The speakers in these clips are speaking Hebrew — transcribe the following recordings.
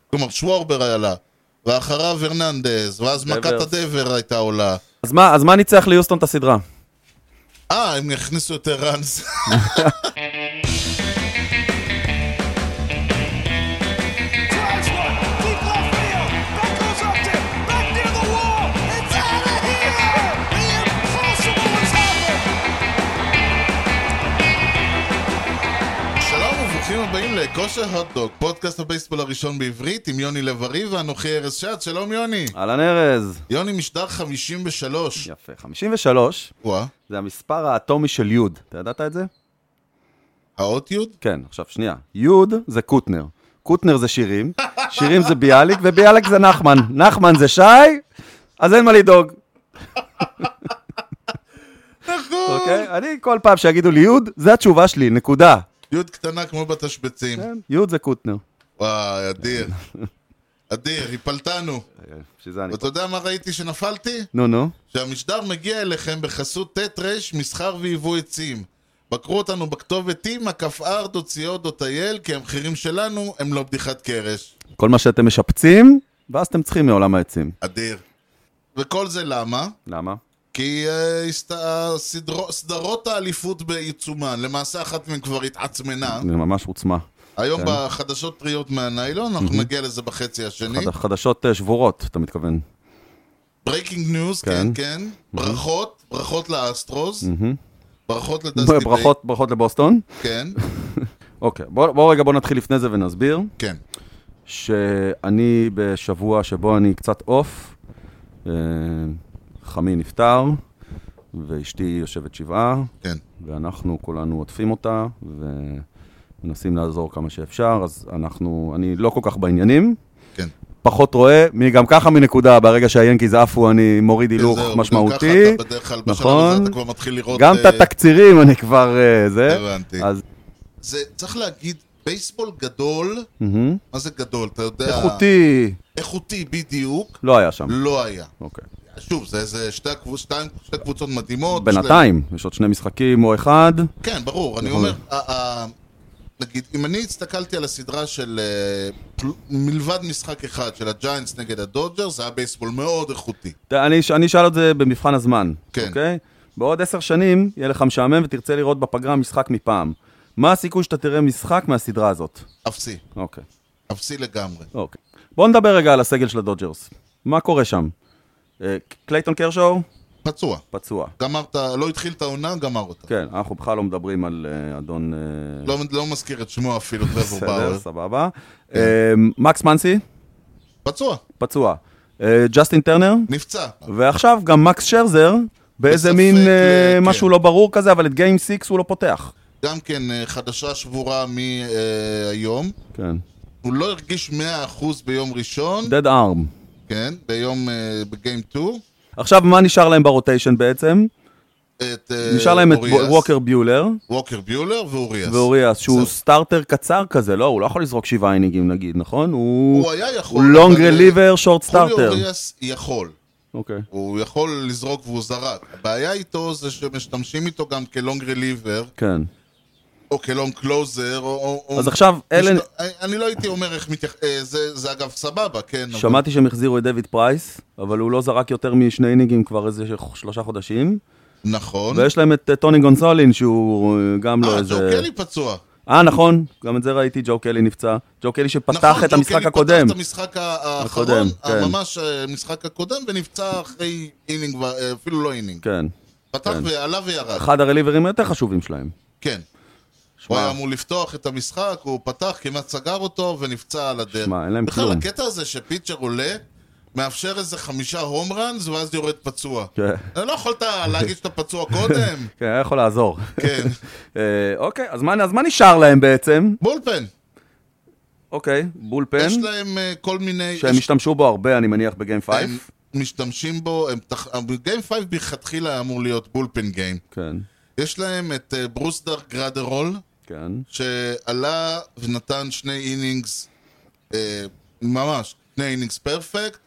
כלומר, שוורבר היה לה, ואחריו הרננדז, ואז מכת הדבר הייתה עולה. אז מה ניצח ליוסטון את הסדרה? הם יכניסו יותר ראנס. ברוכים הבאים לכושר הוטדוג, פודקאסט הבייסבול הראשון בעברית עם יוני לב-ארי ואנוכי ארז שעד. שלום יוני. אהלן ארז. יוני, משדר 53. יפה, 53. וואה. זה המספר האטומי של יוד. אתה ידעת את זה? האות יוד? כן, עכשיו שנייה. יוד זה קוטנר. קוטנר זה שירים, שירים זה ביאליק, וביאליק זה נחמן. נחמן זה שי, אז אין מה לדאוג. נכון. אוקיי? אני כל פעם שיגידו לי יוד, זה התשובה שלי, נקודה. יוד קטנה כמו בתשבצים. כן, יוד זה קוטנר. וואי, אדיר. אדיר, הפלתנו. ואתה יודע מה ראיתי שנפלתי? נו. שהמשדר מגיע אליכם בחסות טטרש, מסחר ויבוא עצים. בקרו אותנו בכתובת tima@ard.co.il, כי המחירים שלנו הם לא בדיחת קרש. כל מה שאתם משפצים, ואז אתם צריכים מעולם העצים. אדיר. וכל זה למה? למה? כי סדרות האליפות בעיצומן, למעשה אחת מהן כבר התעצמנה. זה ממש עוצמה. היום בחדשות טריות מהניילון, אנחנו נגיע לזה בחצי השני. חדשות שבורות, אתה מתכוון. ברייקינג ניוז, כן. ברכות לאסטרוס. ברכות לדסטי ביי. ברכות לבוסטון. כן. אוקיי, בוא נתחיל לפני זה ונסביר. כן. שאני בשבוע שבו אני קצת אוף, חמי נפטר, ואשתי יושבת שבעה, כן. ואנחנו כולנו עוטפים אותה, ומנסים לעזור כמה שאפשר, אז אני לא כל כך בעניינים, כן. פחות רואה, גם ככה מנקודה, ברגע שהיאנקיז עפו אני מוריד הילוך משמעותי, גם ככה אתה בדרך כלל בשלב הזה אתה כבר מתחיל לראות... גם את התקצירים אני כבר... הבנתי. זה צריך להגיד, בייסבול גדול, מה זה גדול? אתה יודע... איכותי בדיוק. לא היה שם. לא היה. אוקיי. שוב, זה שתי קבוצות מדהימות. בינתיים, יש עוד 2 משחקים או אחד. כן, ברור. אני אומר, נגיד, אם אני הסתכלתי על הסדרה של מלבד משחק אחד, של הג'יינטס נגד הדודג'רס, זה היה בייסבול מאוד איכותי. אני אשאל את זה במבחן הזמן. כן. אוקיי? בעוד 10 שנים יהיה לך משעמם ותרצה לראות בפגרה משחק מפעם. מה הסיכוי שאתה תראה משחק מהסדרה הזאת? אפסי. אוקיי. אפסי לגמרי. אוקיי. בואו נדבר רגע על הסגל של הדודג'רס. מה קורה שם? קלייטון קרשו? פצוע. גמרת, לא התחיל את העונה, גמר אותה. כן, אנחנו בכלל לא מדברים על אדון... לא מזכיר את שמו אפילו, טרוור באואר. בסדר, סבבה. מקס מנסי? פצוע. ג'סטין טרנר? נפצע. ועכשיו גם מקס שרזר, באיזה מין משהו לא ברור כזה, אבל את גיים 6 הוא לא פותח. גם כן חדשה שבורה מהיום. כן. הוא לא הרגיש 100% ביום ראשון. Dead arm. כן, בגיים 2. עכשיו, מה נשאר להם ברוטיישן בעצם? נשאר להם את ווקר ביולר. ואוריאס, שהוא סטארטר קצר כזה, לא? הוא לא יכול לזרוק 7 אינינגים נגיד, נכון? הוא היה יכול. הוא לונג רליבר, שורט סטארטר. אוריאס יכול. אוקיי. הוא יכול לזרוק והוא זרק. הבעיה איתו זה שמשתמשים איתו גם כלונג רליבר. כן. או כלונג קלוזר, אז עכשיו, אני לא הייתי אומר איך זה אגב סבבה, כן. שמעתי שהם החזירו את דויד פרייס, אבל הוא לא זרק יותר מ2 אינינגים כבר איזה 3 חודשים. נכון. ויש להם את טוני גונסולין, שהוא גם לא איזה... ג'ו קלי פצוע. נכון, גם את זה ראיתי, ג'ו קלי נפצע. ג'ו קלי שפתח את המשחק הקודם. נכון, ג'ו קלי פתח את המשחק האחרון, ממש המשחק הקודם, ונפצע אחרי אינינג, אפילו לא אינינג. כן. פתח ועלה וירד. אחד הרליברים היותר חשובים שלהם. כן. הוא היה אמור לפתוח את המשחק, הוא פתח, כמעט סגר אותו ונפצע על הדרך. שמע, אין להם כלום. בכלל, הקטע הזה שפיצ'ר עולה, מאפשר איזה 5 הום ראנס, ואז יורד פצוע. כן. לא יכולת להגיד שאתה פצוע קודם. כן, היה יכול לעזור. כן. אוקיי, אז מה נשאר להם בעצם? בולפן. אוקיי, בולפן. יש להם כל מיני... שהם השתמשו בו הרבה, אני מניח, בגיים 5. הם משתמשים בו, בגיים 5 בכתחילה היה אמור להיות בולפן גיים. כן. יש להם את ברוסדר גרדרול. כן. שעלה ונתן 2 אינינגס, ממש, 2 אינינגס פרפקט,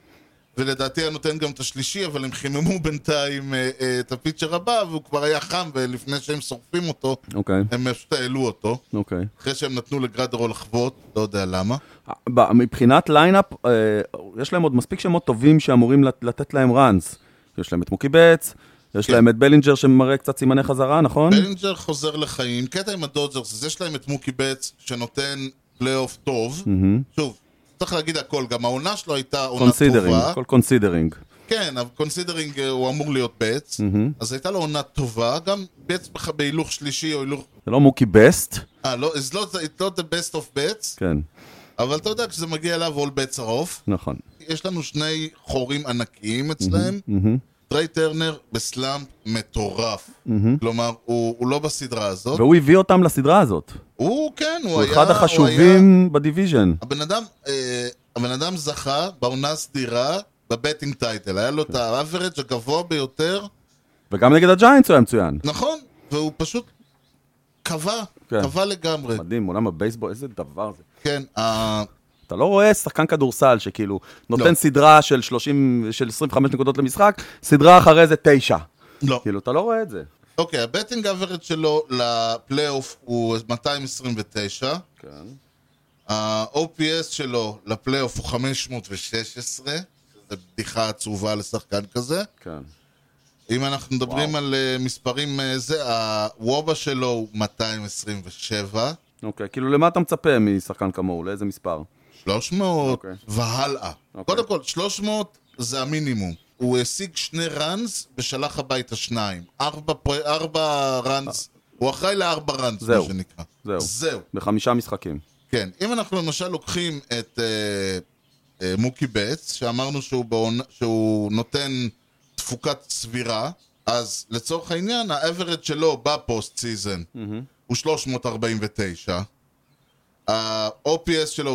ולדעתי היה נותן גם את השלישי, אבל הם חיממו בינתיים את הפיצ'ר הבא, והוא כבר היה חם, ולפני שהם שורפים אותו, הם פשוט העלו אותו. אחרי שהם נתנו לגרדרו לחוות, לא יודע למה. מבחינת ליינאפ, יש להם עוד מספיק שמות טובים שאמורים לתת להם ראנס. יש להם את מוקי בץ, יש להם את בלינג'ר שמראה קצת סימני חזרה, נכון? בלינג'ר חוזר לחיים. קטע עם הדודג'רס, אז יש להם את מוקי בץ שנותן פלייאוף טוב. שוב, צריך להגיד הכל, גם העונה שלו הייתה עונה טובה. הכל קונסידרינג. כן, אבל קונסידרינג הוא אמור להיות בץ, אז הייתה לו עונה טובה, גם בץ בהילוך שלישי או הילוך... זה לא מוקי בסט? לא, it's not the best of bets. כן. אבל אתה יודע, כשזה מגיע אליו, all bets are off. נכון. יש לנו שני חורים ענקיים אצלהם. טריי טרנר בסלאמפ מטורף. כלומר, הוא לא בסדרה הזאת. והוא הביא אותם לסדרה הזאת. הוא, כן, הוא היה... הוא אחד החשובים בדיוויז'ן. הבן אדם זכה בעונה סדירה בבטינג טייטל. היה לו את האברג' הגבוה ביותר. וגם נגד הג'יינטס הוא היה מצוין. נכון, והוא פשוט קבע לגמרי. מדהים, עולם הבייסבול, איזה דבר זה. כן, אתה לא רואה שחקן כדורסל שכאילו נותן סדרה של 25 נקודות למשחק, סדרה אחרי זה 9. לא. כאילו, אתה לא רואה את זה. אוקיי, הבטינג אברג' שלו לפלייאוף הוא 229. כן. ה-OPS שלו לפלייאוף הוא 516. זו בדיחה עצובה לשחקן כזה. כן. אם אנחנו מדברים על מספרים זה, הוובה שלו הוא 227. אוקיי, כאילו למה אתה מצפה משחקן כמוהו? לאיזה מספר? 300 והלאה. קודם כל, 300 זה המינימום. הוא השיג 2 ראנס ושלח הביתה 2. 4 ראנס, הוא אחראי ל4 ראנס, מה שנקרא. זהו. ב5 משחקים. כן, אם אנחנו למשל לוקחים את מוקי בץ, שאמרנו שהוא נותן תפוקת סבירה, אז לצורך העניין, האברד שלו בפוסט סיזן הוא 349, ה-OPS שלו הוא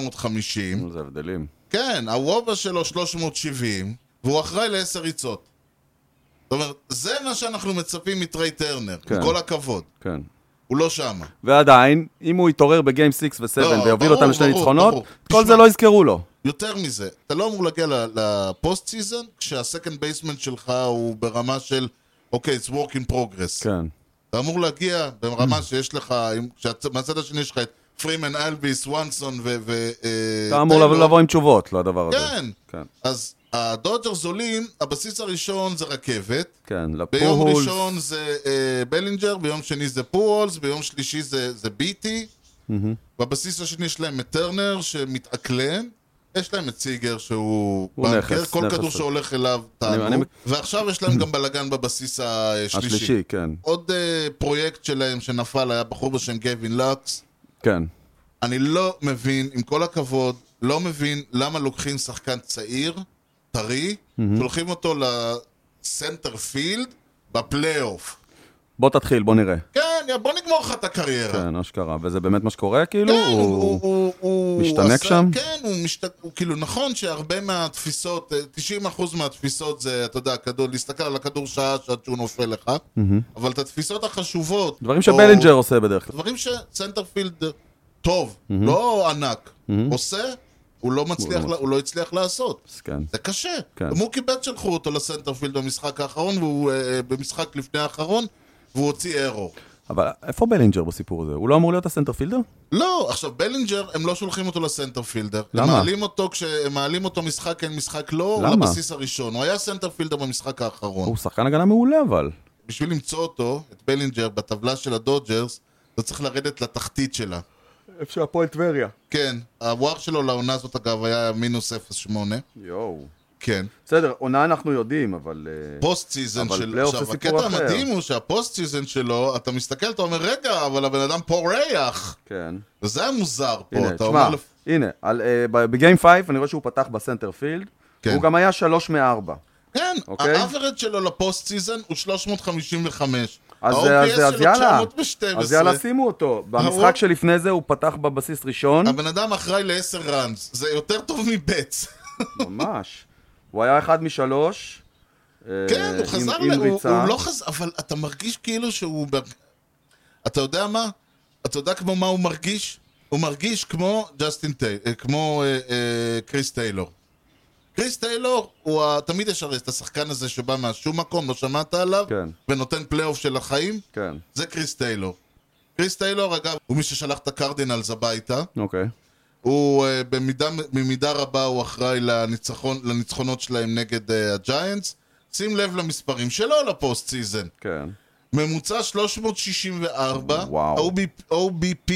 850. זה הבדלים. כן, הוובה שלו 370, והוא אחראי ל10 ריצות. זאת אומרת, זה מה שאנחנו מצפים מטריי טרנר, עם כל הכבוד. כן. הוא לא שמה. ועדיין, אם הוא יתעורר בגיים 6 ו7 ויוביל אותם לשני ניצחונות, כל זה לא יזכרו לו. יותר מזה, אתה לא אמור להגיע לפוסט סיזן, כשהסקנד בייסמנט שלך הוא ברמה של, אוקיי, it's work in progress. כן. אתה אמור להגיע ברמה שיש לך, מהצד השני יש לך את פרימן, אלביס, וואנסון אתה אמור לבוא עם תשובות לדבר הזה. כן. אז הדודג'ר זולים, הבסיס הראשון זה רכבת. כן, לפוהולס. ביום ראשון זה בלינג'ר, ביום שני זה פוהולס, ביום שלישי זה ביטי. בבסיס השני יש להם את טרנר שמתאקלם. יש להם את סיגר שהוא בנקר, כל כדור שהולך אליו תענו, ועכשיו יש להם גם בלגן בבסיס השלישי. כן. עוד פרויקט שלהם שנפל היה בחור בשם גווין לקס. כן. אני לא מבין, עם כל הכבוד, לא מבין למה לוקחים שחקן צעיר, טרי, שולחים אותו לסנטר פילד בפלייאוף. בוא תתחיל, בוא נראה. כן, בוא נגמור לך את הקריירה. כן, אשכרה. וזה באמת מה שקורה, כאילו? כן, הוא משתנק שם? כן, הוא כאילו נכון שהרבה מהתפיסות, 90% מהתפיסות זה, אתה יודע, להסתכל על הכדור שעה שעד שהוא נופל לך, אבל את התפיסות החשובות... דברים שבלינג'ר עושה בדרך כלל. דברים שסנטרפילד טוב, לא ענק, עושה, הוא לא הצליח לעשות. זה קשה. מוקי בט שלחו אותו לסנטרפילד במשחק האחרון, והוא במשחק לפני האחרון, והוא הוציא אירו. אבל איפה בלינג'ר בסיפור הזה? הוא לא אמור להיות הסנטרפילדר? לא, עכשיו בלינג'ר הם לא שולחים אותו לסנטרפילדר. למה? הם מעלים אותו משחק כן משחק לא, למה? לבסיס הראשון. הוא היה סנטרפילדר במשחק האחרון. הוא שחקן הגנה מעולה אבל. בשביל למצוא אותו, את בלינג'ר, בטבלה של הדודג'רס, אתה צריך לרדת לתחתית שלה. איפה שהפועל טבריה. כן, הוואר שלו לעונה הזאת אגב היה -0.8. יואו. כן. בסדר, עונה אנחנו יודעים, אבל... פוסט סיזן שלו. עכשיו, הקטע המדהים הוא שהפוסט סיזן שלו, אתה מסתכל, אתה אומר, רגע, אבל הבן אדם פורח. כן. וזה היה מוזר פה. הנה, תשמע, הנה, בגיים 5, אני רואה שהוא פתח בסנטר פילד, הוא גם היה 3 מ-4. כן, האברד שלו לפוסט סיזן הוא 355. אז יאללה, שימו אותו. במשחק שלפני זה הוא פתח בבסיס ראשון. הבן אדם אחראי ל10 ראנס, זה יותר טוב מבץ. ממש. הוא היה 1 מ-3. כן, הוא חזר, הוא לא חזר, אבל אתה מרגיש כאילו שהוא... אתה יודע מה? אתה יודע כמו מה הוא מרגיש? הוא מרגיש כמו קריס טיילור. קריס טיילור, תמיד יש הרי את השחקן הזה שבא מהשום מקום, לא שמעת עליו, כן. ונותן פלייאוף של החיים, כן. זה קריס טיילור. קריס טיילור, אגב, הוא מי ששלח את הקרדינלס הביתה. אוקיי. הוא במידה רבה הוא אחראי לניצחונות שלהם נגד הג'יינטס. שים לב למספרים שלו לפוסט סיזן. כן. ממוצע 364, OBP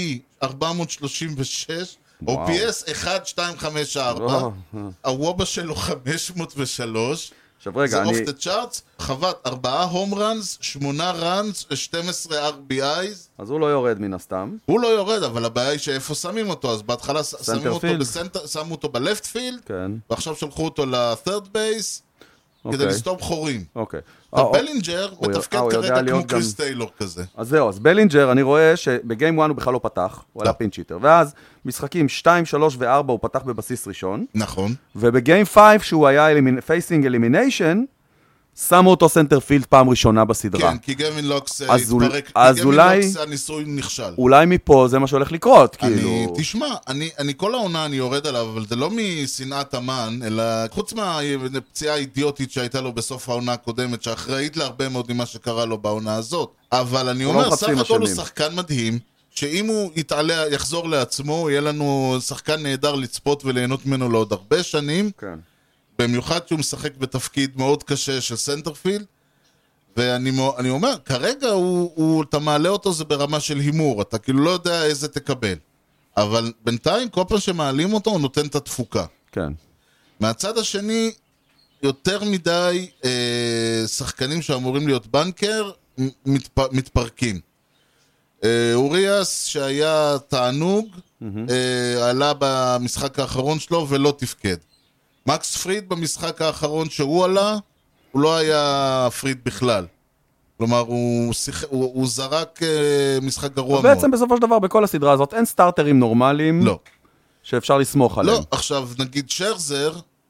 436, OPS 1254, הוובה שלו 503, זה אוף דה צ'ארטס, חוות 4 הום ראנס, 8 ראנס, 12 RBIs. אז הוא לא יורד מן הסתם. הוא לא יורד, אבל הבעיה היא שאיפה שמים אותו, אז בהתחלה שמו אותו בלפט פילד, ועכשיו שלחו אותו לת'רד בייס, כדי לסתום חורים. אוקיי. בלינג'ר מתפקד כרגע כמו קריס טיילור כזה. אז זהו, אז בלינג'ר, אני רואה שבגיים 1 הוא בכלל לא פתח, הוא היה פינצ'יטר, ואז משחקים 2, 3 ו-4 הוא פתח בבסיס ראשון. נכון. ובגיים 5, שהוא היה פייסינג אלימיניישן, שמו אותו סנטרפילד פעם ראשונה בסדרה. כן, כי גווין לוקס התפרק, כי גווין לוקס הניסוי נכשל. אולי מפה זה מה שהולך לקרות, כאילו. תשמע, אני כל העונה אני יורד עליו, אבל זה לא משנאת אמן, אלא חוץ מהפציעה האידיוטית שהייתה לו בסוף העונה הקודמת, שאחראית להרבה מאוד ממה שקרה לו בעונה הזאת. אבל אני אומר, סך הכל הוא שחקן מדהים, שאם הוא יחזור לעצמו, יהיה לנו שחקן נהדר לצפות וליהנות ממנו לעוד הרבה שנים. כן. במיוחד שהוא משחק בתפקיד מאוד קשה של סנטרפילד, ואני אומר, כרגע אתה מעלה אותו זה ברמה של הימור, אתה כאילו לא יודע איזה תקבל. אבל בינתיים, כל פעם שמעלים אותו, הוא נותן את התפוקה. כן. מהצד השני, יותר מדי שחקנים שאמורים להיות בנקר, מתפרקים. אוריאס, שהיה תענוג, עלה במשחק האחרון שלו ולא תפקד. מקס פריד במשחק האחרון שהוא עלה, הוא לא היה פריד בכלל. כלומר, הוא זרק משחק גרוע מאוד. בעצם בסופו של דבר, בכל הסדרה הזאת, אין סטארטרים נורמליים לא. שאפשר לסמוך עליהם. לא, עכשיו נגיד שרזר,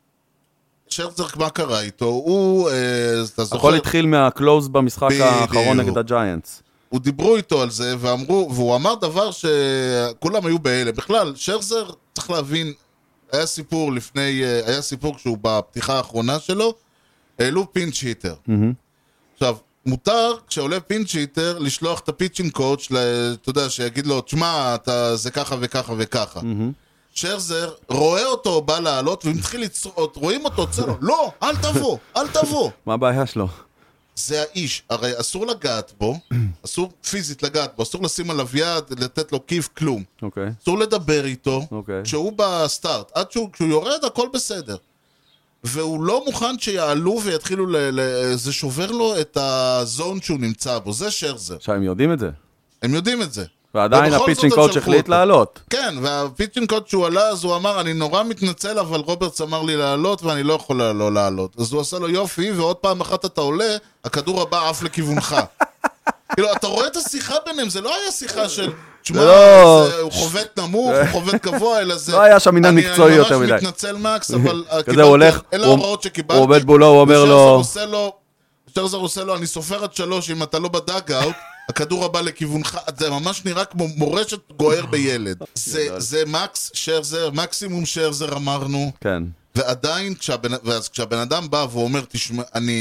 מה קרה איתו? הוא, אתה זוכר... הכל התחיל מהקלוז במשחק האחרון נגד הג'יינטס. הוא דיברו איתו על זה, והוא אמר דבר שכולם היו באלה. בכלל, שרזר, צריך להבין, היה סיפור כשהוא בפתיחה האחרונה שלו, העלו פינץ' היטר. עכשיו, מותר כשעולה פינץ' היטר לשלוח את הפיצ'ינג קואוץ', אתה יודע, שיגיד לו, תשמע, זה ככה וככה וככה. שרזר רואה אותו, בא לעלות, ומתחיל לצרות, רואים אותו, צא לו, לא, אל תבוא, אל תבוא. מה הבעיה שלו? זה האיש, הרי אסור לגעת בו, אסור פיזית לגעת בו, אסור לשים עליו יד, לתת לו כיף, כלום. אסור לדבר איתו, כשהוא בסטארט, עד כשהוא יורד, הכל בסדר. והוא לא מוכן שיעלו ויתחילו, זה שובר לו את הזון שהוא נמצא בו, זה שרזר. עכשיו, הם יודעים את זה? הם יודעים את זה. ועדיין הפיצ'ינג קואוץ' החליט לעלות. כן, והפיצ'ינג קואוץ' שהוא עלה, אז הוא אמר, אני נורא מתנצל, אבל רוברטס אמר לי לעלות, ואני לא יכול לא לעלות. אז הוא עשה לו יופי, ועוד פעם אחת אתה עולה, הכדור הבא עף לכיוונך. כאילו, אתה רואה את השיחה ביניהם, זה לא היה שיחה של, תשמע, הוא חובט נמוך, הוא חובט גבוה, אלא זה... לא היה שם עניין מקצועי יותר מדי. אני ממש מתנצל מקס, אבל... כזה הוא הולך, אלה ההוראות שקיבלתי. הוא עובד בולו, הוא אומר לו... שרזר עושה לו, אני סופר עד 3, אם אתה לא בדאג-אאוט, הכדור הבא לכיוונך, זה ממש נראה כמו מורשת גוער בילד. זה מקס שרזר, מקסימום שרזר אמרנו. כן. ועדיין, כשהבן אדם בא ואומר, תשמע,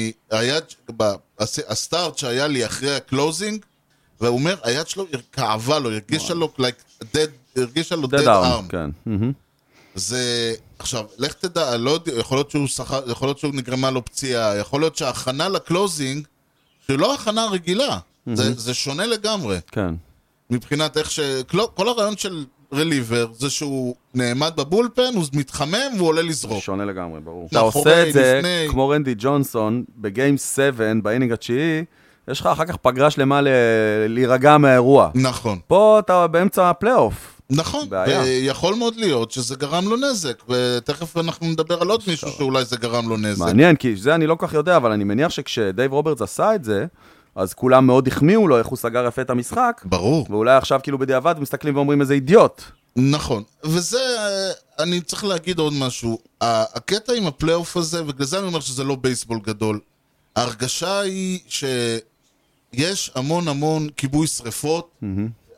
הסטארט שהיה לי אחרי הקלוזינג, והוא אומר, היד שלו כאבה לו, הרגישה לו dead arm. זה, עכשיו, לך תדע, יכול להיות שהוא נגרמה לו פציעה, יכול להיות שההכנה לקלוזינג, שהיא לא הכנה רגילה, זה שונה לגמרי. כן. מבחינת איך כל הרעיון של רליבר זה שהוא נעמד בבולפן, הוא מתחמם והוא עולה לזרוק. זה שונה לגמרי, ברור. אתה עושה את זה כמו רנדי ג'ונסון, בגיים 7, באינינג התשיעי, יש לך אחר כך פגרה שלמה להירגע מהאירוע. נכון. פה אתה באמצע הפלייאוף. נכון, ויכול מאוד להיות שזה גרם לו נזק, ותכף אנחנו נדבר על עוד מישהו שאולי זה גרם לו נזק. מעניין, כי זה אני לא כך יודע, אבל אני מניח שכשדייב רוברטס עשה את זה, אז כולם מאוד החמיאו לו איך הוא סגר יפה את המשחק. ברור. ואולי עכשיו כאילו בדיעבד מסתכלים ואומרים איזה אידיוט. נכון. וזה, אני צריך להגיד עוד משהו. הקטע עם הפלייאוף הזה, ובגלל זה אני אומר שזה לא בייסבול גדול, ההרגשה היא שיש המון כיבוי שריפות,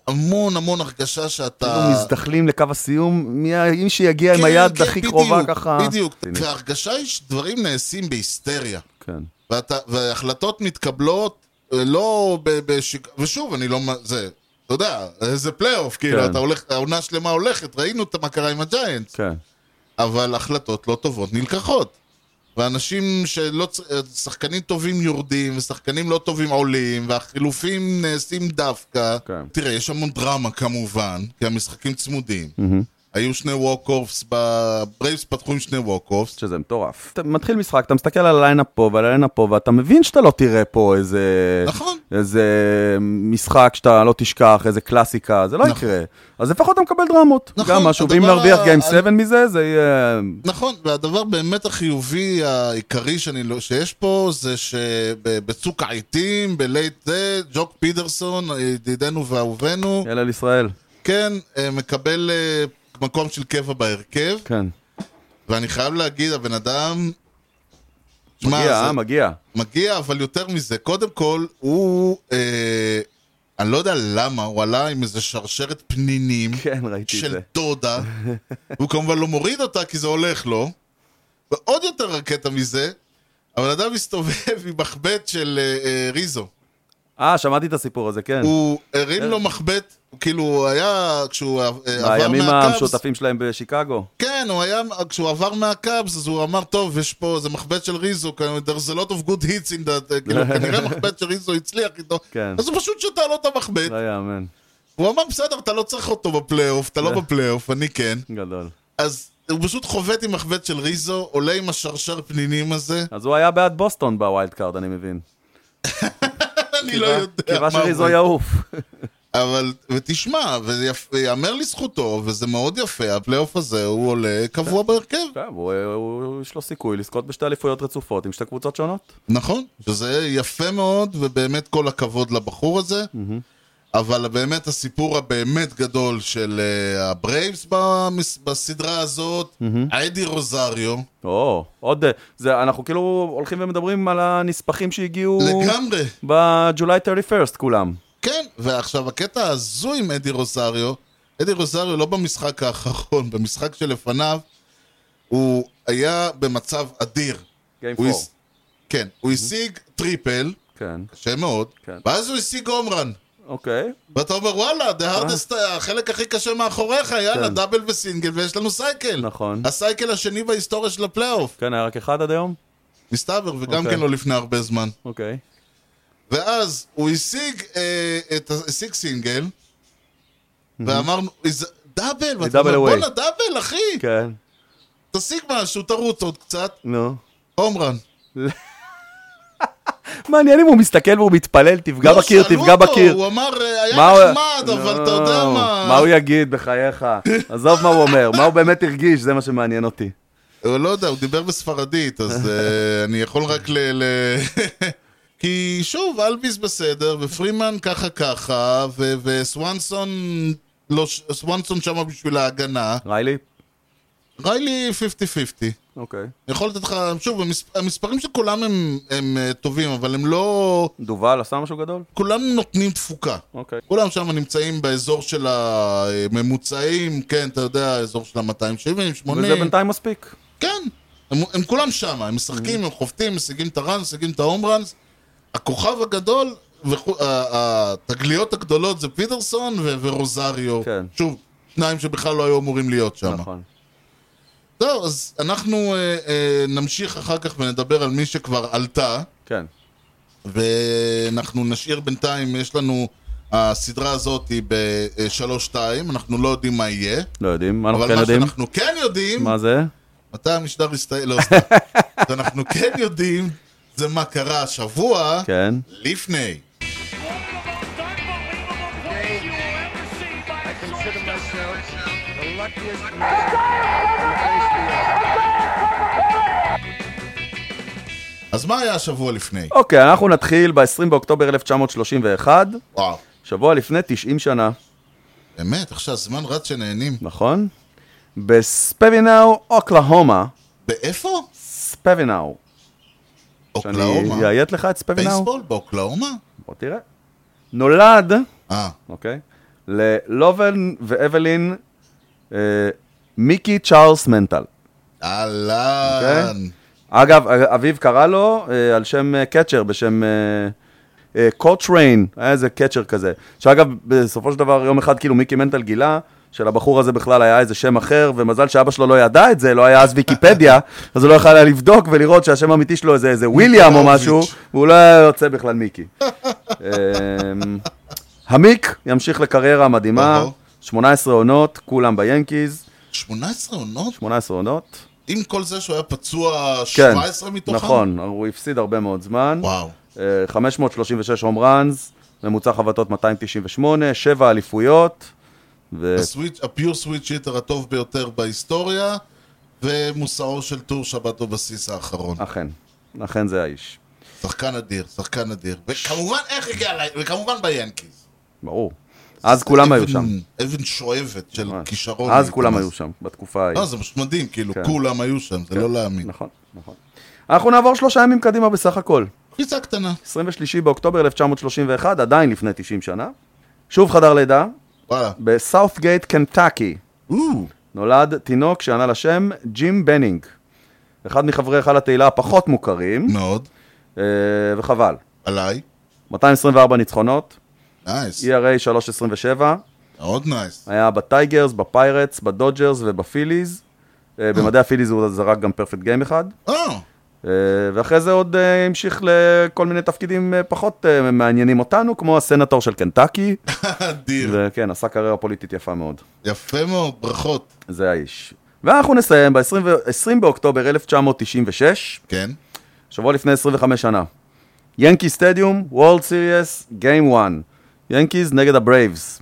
המון המון הרגשה שאתה... כאילו מזדחלים לקו הסיום, מי שיגיע עם היד הכי קרובה ככה... בדיוק, וההרגשה היא שדברים נעשים בהיסטריה. כן. וההחלטות מתקבלות לא ושוב, אני לא... זה, אתה יודע, זה פלייאוף, כאילו, אתה הולך, העונה שלמה הולכת, ראינו מה קרה עם הג'יינטס. כן. אבל החלטות לא טובות נלקחות. ואנשים שלא... שחקנים טובים יורדים, ושחקנים לא טובים עולים, והחילופים נעשים דווקא. תראה, יש המון דרמה כמובן, כי המשחקים צמודים. היו שני ווק-אופס, ברייבס פתחו עם שני ווק-אופס. שזה מטורף. אתה מתחיל משחק, אתה מסתכל על הליינאפ פה ועל הליינאפ פה, ואתה מבין שאתה לא תראה פה איזה... נכון. איזה משחק שאתה לא תשכח, איזה קלאסיקה, זה לא יקרה. אז לפחות אתה מקבל דרמות. גם משהו, ואם נרוויח גיים 7 מזה, זה יהיה... נכון, והדבר באמת החיובי העיקרי שיש פה, זה שבצוק העיתים, בלייט זה, ג'וק פידרסון, ידידנו ואהובנו. אל ישראל. כן, מקבל... מקום של קבע בהרכב. כן. ואני חייב להגיד, הבן אדם... מגיע, אבל יותר מזה. קודם כל, הוא... אני לא יודע למה, הוא עלה עם איזה שרשרת פנינים. כן, ראיתי של זה. דודה. הוא כמובן לא מוריד אותה, כי זה הולך לו. ועוד יותר רקטה מזה, אבל אדם מסתובב עם מחבט של ריזו. שמעתי את הסיפור הזה, כן. הוא הרים לו מחבט, כאילו הוא היה, כשהוא עבר מהקאבס... בימים המשותפים שלהם בשיקגו. כן, הוא היה, כשהוא עבר מהקאבס, אז הוא אמר, טוב, יש פה, זה מחבט של ריזו, there's a lot of good hits in that, כאילו, כנראה מחבט של ריזו הצליח איתו, אז הוא פשוט שתה לו את המחבט. לא יאמן. הוא אמר, בסדר, אתה לא צריך אותו בפלייאוף, אתה לא בפלייאוף, אני כן. גדול. אז הוא פשוט חובט עם מחבט של ריזו, עולה עם השרשר פנינים הזה. אז הוא היה בעד בוסטון בווילד קארד, אני מבין. אני לא יודע. קיווה שריזו יעוף. אבל, ותשמע, ויאמר לזכותו, וזה מאוד יפה, הפלייאוף הזה הוא עולה קבוע בהרכב. יש לו סיכוי לזכות בשתי אליפויות רצופות עם שתי קבוצות שונות. נכון, שזה יפה מאוד, ובאמת כל הכבוד לבחור הזה. אבל באמת הסיפור הבאמת גדול של הברייבס בסדרה הזאת, אדי רוזריו. עוד, אנחנו כאילו הולכים ומדברים על הנספחים שהגיעו... לגמרי. בג'ולי 31 כולם. כן, ועכשיו הקטע הזו עם אדי רוזריו לא במשחק האחרון, במשחק שלפניו, הוא היה במצב אדיר. Game 4. כן, הוא השיג טריפל, קשה מאוד, ואז הוא השיג הומרן. אוקיי. ואתה אומר, וואלה, החלק הכי קשה מאחוריך, יאללה, דאבל וסינגל, ויש לנו סייקל. נכון. הסייקל השני בהיסטוריה של הפלייאוף. כן, היה רק אחד עד היום? מסתבר, וגם כן לא לפני הרבה זמן. אוקיי. ואז הוא השיג סינגל, ואמרנו, דאבל, ואתה אומר, בואנה דאבל, אחי. כן. תשיג משהו, תרוץ עוד קצת. נו. הומרן. מעניין אם הוא מסתכל והוא מתפלל, תפגע בקיר, תפגע בקיר. הוא אמר, היה נחמד, אבל אתה יודע מה... מה הוא יגיד בחייך? עזוב מה הוא אומר, מה הוא באמת הרגיש, זה מה שמעניין אותי. הוא לא יודע, הוא דיבר בספרדית, אז אני יכול רק כי שוב, אלביס בסדר, ופרימן ככה, וסוונסון שמה בשביל ההגנה. ריילי 50-50. אוקיי. אני יכול לתת לך, שוב, המספרים של כולם הם טובים, אבל הם לא... דובל עשה משהו גדול? כולם נותנים תפוקה. אוקיי. כולם שם נמצאים באזור של הממוצעים, כן, אתה יודע, האזור של ה-270, 80. וזה בינתיים מספיק. כן, הם כולם שם, הם משחקים, הם חופטים, משיגים את הרנס, משיגים את ההומרנס. הכוכב הגדול, התגליות הגדולות זה פיטרסון ורוזריו. כן. שוב, שניים שבכלל לא היו אמורים להיות שם. נכון. טוב, אז אנחנו נמשיך אחר כך ונדבר על מי שכבר עלתה. כן. ואנחנו נשאיר בינתיים, יש לנו, הסדרה הזאת היא ב-3-2, אנחנו לא יודעים מה יהיה. לא יודעים, מה אנחנו כן יודעים? אבל מה שאנחנו כן יודעים... מה זה? מתי המשדר יסתיים? לא, סתם. אנחנו כן יודעים, זה מה קרה השבוע לפני. אז מה היה השבוע לפני? אוקיי, אנחנו נתחיל ב-20 באוקטובר 1931. וואו. שבוע לפני 90 שנה. באמת, עכשיו זמן רץ שנהנים. נכון. בספבינאו, אוקלהומה. באיפה? ספבינאו. אוקלהומה? שאני אייט לך את ספבינאו? בייסבול באוקלהומה? בוא תראה. נולד, אוקיי, ללובן ואבלין, מיקי צ'ארלס מנטל. אהלן. אגב, אביב קרא לו על שם קצ'ר בשם קוטריין, היה איזה קצ'ר כזה. שאגב, בסופו של דבר, יום אחד כאילו מיקי מנטל גילה, שלבחור הזה בכלל היה איזה שם אחר, ומזל שאבא שלו לא ידע את זה, לא היה אז ויקיפדיה, אז הוא לא יכול היה לבדוק ולראות שהשם האמיתי שלו איזה וויליאם או משהו, והוא לא היה יוצא בכלל מיקי. המיק ימשיך לקריירה מדהימה, 18 עונות, כולם ביאנקיז. 18 עונות? 18 עונות. עם כל זה שהוא היה פצוע 17 מתוכם? נכון, הוא הפסיד הרבה מאוד זמן. וואו. 536 הום ראנס, ממוצע חבטות 298, 7 אליפויות. הפיור סוויץ' היטר הטוב ביותר בהיסטוריה, ומוסרו של טור שבת בבסיס האחרון. אכן זה האיש. שחקן אדיר, שחקן אדיר. וכמובן, איך הגיע אליי? וכמובן ביאנקיז. ברור. אז כולם היו שם. אבן שואבת של כישרון. אז כולם היו שם, בתקופה ההיא. זה פשוט מדהים, כאילו, כולם היו שם, זה לא להאמין. נכון. אנחנו נעבור 3 ימים קדימה בסך הכל. חיצה קטנה. 23 באוקטובר 1931, עדיין לפני 90 שנה. שוב חדר לידה. בסאות'גייט, קנטקי. נולד תינוק שענה לשם ג'ים בנינג. אחד מחברי היכל התהילה הפחות מוכרים. מאוד. וחבל. עליי. 224 ניצחונות. נייס. ERA 327. מאוד נייס. היה בטייגרס, בפיירטס, בדודג'רס ובפיליז. במדעי הפיליז הוא זרק גם פרפקט גיים אחד. ואחרי זה עוד המשיך לכל מיני תפקידים פחות מעניינים אותנו, כמו הסנטור של קנטקי. אדיר. וכן, עשה קריירה פוליטית יפה מאוד. יפה מאוד, ברכות. זה האיש. ואנחנו נסיים ב-20 באוקטובר 1996. כן. שבוע לפני 25 שנה. ינקי סטדיום, וורלד סיריוס, גיים 1. ינקיז נגד הברייבס.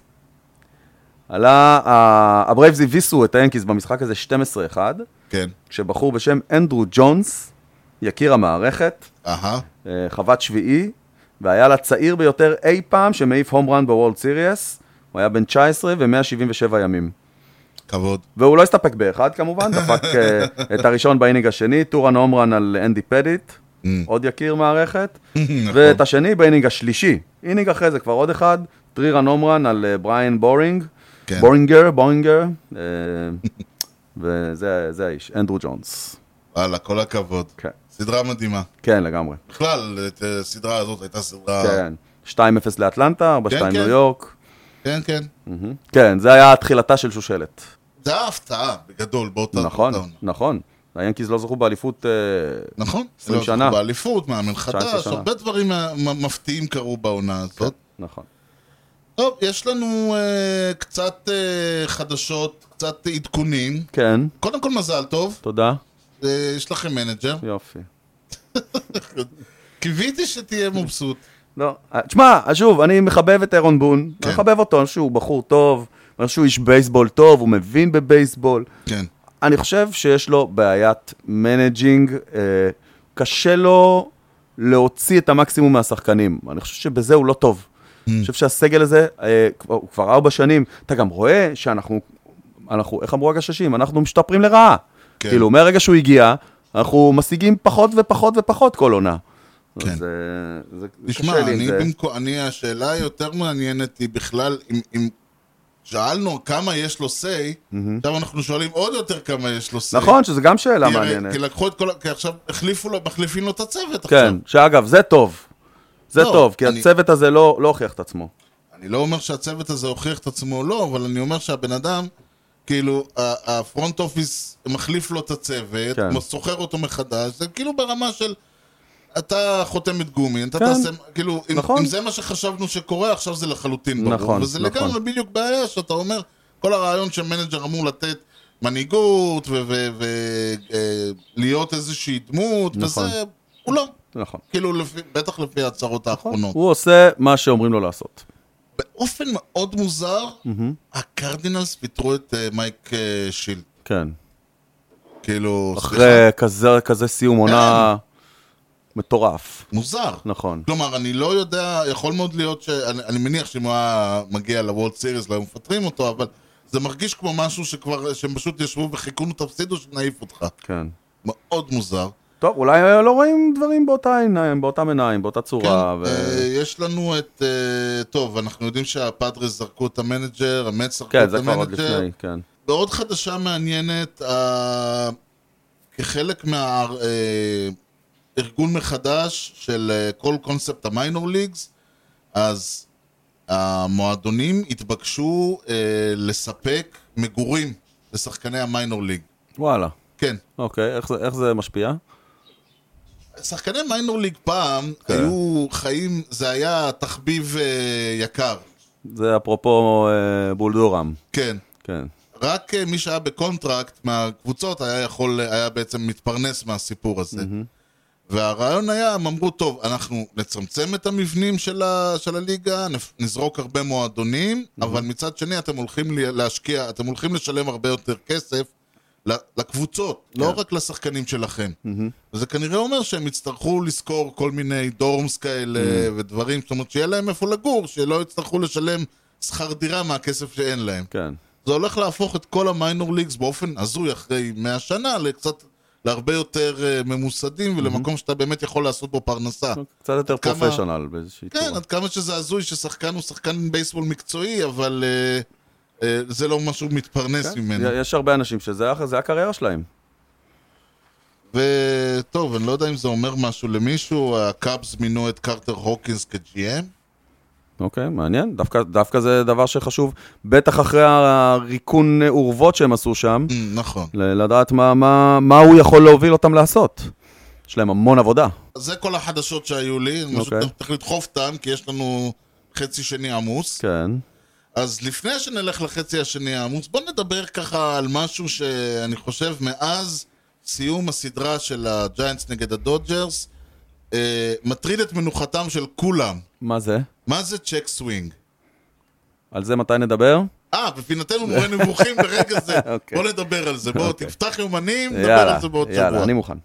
הברייבס הביסו את היאנקיז במשחק הזה 12-1. כן. כשבחור בשם אנדרו ג'ונס, יקיר המערכת, חבט שביעי, והיה לצעיר ביותר אי פעם שמעיף הום רן בוורלד סיריוס. הוא היה בן 19 ו-177 ימים. כבוד. והוא לא הסתפק באחד כמובן, דפק את הראשון באינינג השני, טורן הום רן על אנדי פדיט, עוד יקיר מערכת, ואת השני באינינג השלישי. אינינג אחרי זה כבר עוד אחד, טרירן הום רן על בריין בורינגר, וזה האיש, אנדרו ג'ונס. וואלה, כל הכבוד. כן. סדרה מדהימה. כן, לגמרי. בכלל, הסדרה הזאת הייתה סדרה... כן. 2-0 לאטלנטה, 4-2 ניו יורק. כן, כן. כן, זה היה התחילתה של שושלת. זה היה הפתעה בגדול באותה... נכון. היאנקיז לא זכו באליפות 20 שנה. לא זכו באליפות, מאמן חדש, הרבה דברים מפתיעים קרו בעונה הזאת. נכון. טוב, יש לנו קצת חדשות, קצת עדכונים. כן. קודם כל מזל טוב. תודה. יש לכם מנג'ר. יופי. קיוויתי שתהיה מבסוט. לא, תשמע, שוב, אני מחבב את אירון בון. אני מחבב אותו, אני חושב שהוא בחור טוב, אני חושב שהוא איש בייסבול טוב, הוא מבין בבייסבול. כן. אני חושב שיש לו בעיית מנג'ינג, קשה לו להוציא את המקסימום מהשחקנים. אני חושב שבזה הוא לא טוב. אני חושב שהסגל הזה, הוא כבר 4 שנים, אתה גם רואה שאנחנו, איך אמרו הגששים, אנחנו משתפרים לרעה. כאילו, מהרגע שהוא הגיע, אנחנו משיגים פחות ופחות ופחות כל עונה. כן. זה תשמע, השאלה היותר מעניינת היא בכלל, אם שאלנו כמה יש לו סי, עכשיו אנחנו שואלים עוד יותר כמה יש לו סי. נכון, שזה גם שאלה מעניינת. כי לקחו את כל, כי עכשיו מחליפים לו את הצוות. כן, שאגב, זה טוב. זה טוב, כי הצוות הזה לא הוכיח את עצמו. אני לא אומר שהצוות הזה הוכיח את עצמו, לא, אבל אני אומר שהבן אדם, כאילו, הפרונט אופיס מחליף לו את הצוות, סוחר אותו מחדש, זה כאילו ברמה של, אתה חותמת גומי, אתה תעשה, כאילו, אם זה מה שחשבנו שקורה, עכשיו זה לחלוטין ברור, וזה לגמרי בדיוק בעיה שאתה אומר, כל הרעיון שמנג'ר אמור לתת מנהיגות, ולהיות איזושהי דמות, וזה, הוא לא. נכון. כאילו, בטח לפי ההצהרות האחרונות. הוא עושה מה שאומרים לו לעשות. באופן מאוד מוזר, הקרדינלס פיתרו את מייק שילד. כן. כאילו, אחרי כזה סיום עונה מטורף. מוזר. נכון. כלומר, אני לא יודע, יכול מאוד להיות אני מניח שאם הוא היה מגיע לוולד סיריס, לא היו מפטרים אותו, אבל זה מרגיש כמו משהו שהם פשוט ישבו וחיכונו, תפסידו שנעיף אותך. כן. מאוד מוזר. טוב, אולי לא רואים דברים באותה עיניים, באותם עיניים, באותה צורה. יש לנו את... טוב, אנחנו יודעים שהפאדרס זרקו את המנג'ר, המץ זרקו כן, את זה כבר עוד המנג'ר. לפני, כן. ועוד חדשה מעניינת, כחלק מהארגון מחדש של כל קונספט המיינור ליגס, אז המועדונים התבקשו לספק מגורים לשחקני המיינור ליג. וואלה. כן. אוקיי, איך זה משפיע? שחקני מיינור ליג פעם היו חיים, זה היה תחביב יקר. זה אפרופו בולדורם. כן. כן. רק מי שהיה בקונטרקט מהקבוצות היה בעצם מתפרנס מהסיפור הזה. והרעיון היה, הם אמרו, טוב, אנחנו נצמצם את המבנים של הליגה, נזרוק הרבה מועדונים, אבל מצד שני אתם הולכים להשקיע, אתם הולכים לשלם הרבה יותר כסף לקבוצות, לא רק לשחקנים שלכם. וזה כנראה אומר שהם יצטרכו לזכור כל מיני דורמס כאלה ודברים, זאת אומרת שיהיה להם איפה לגור, שלא יצטרכו לשלם שכר דירה מהכסף שאין להם. כן. זה הולך להפוך את כל המיינור ליגס באופן הזוי אחרי 100 שנה להרבה יותר ממוסדים ולמקום שאתה באמת יכול לעשות בו פרנסה. קצת יותר פרופשונל באיזושהי צורה. כן, עד כמה שזה הזוי ששחקן הוא שחקן בייסבול מקצועי, אבל זה לא משהו מתפרנס ממנו. יש הרבה אנשים שזה הקריירה שלהם. וטוב, אני לא יודע אם זה אומר משהו למישהו, הקאבס מינו את קרטר הוקינס כ-GM. אוקיי, מעניין. דווקא זה דבר שחשוב, בטח אחרי הריקון עורבות שהם עשו שם. נכון. לדעת מה הוא יכול להוביל אותם לעשות. יש להם המון עבודה. זה כל החדשות שהיו לי. אני פשוט צריך לדחוף אותם, כי יש לנו חצי שני עמוס. כן. אז לפני שנלך לחצי השני העמוס, בוא נדבר ככה על משהו שאני חושב מאז סיום הסדרה של הג'יינטס נגד הדודג'רס, מטריד את מנוחתם של כולם. מה זה? מה זה צ'ק סווינג? על זה מתי נדבר? בפינתנו מורה נבוכים ברגע זה. בוא נדבר על זה. בוא תפתח יומנים, נדבר על זה בעוד שבוע. יאללה, אני מוכן.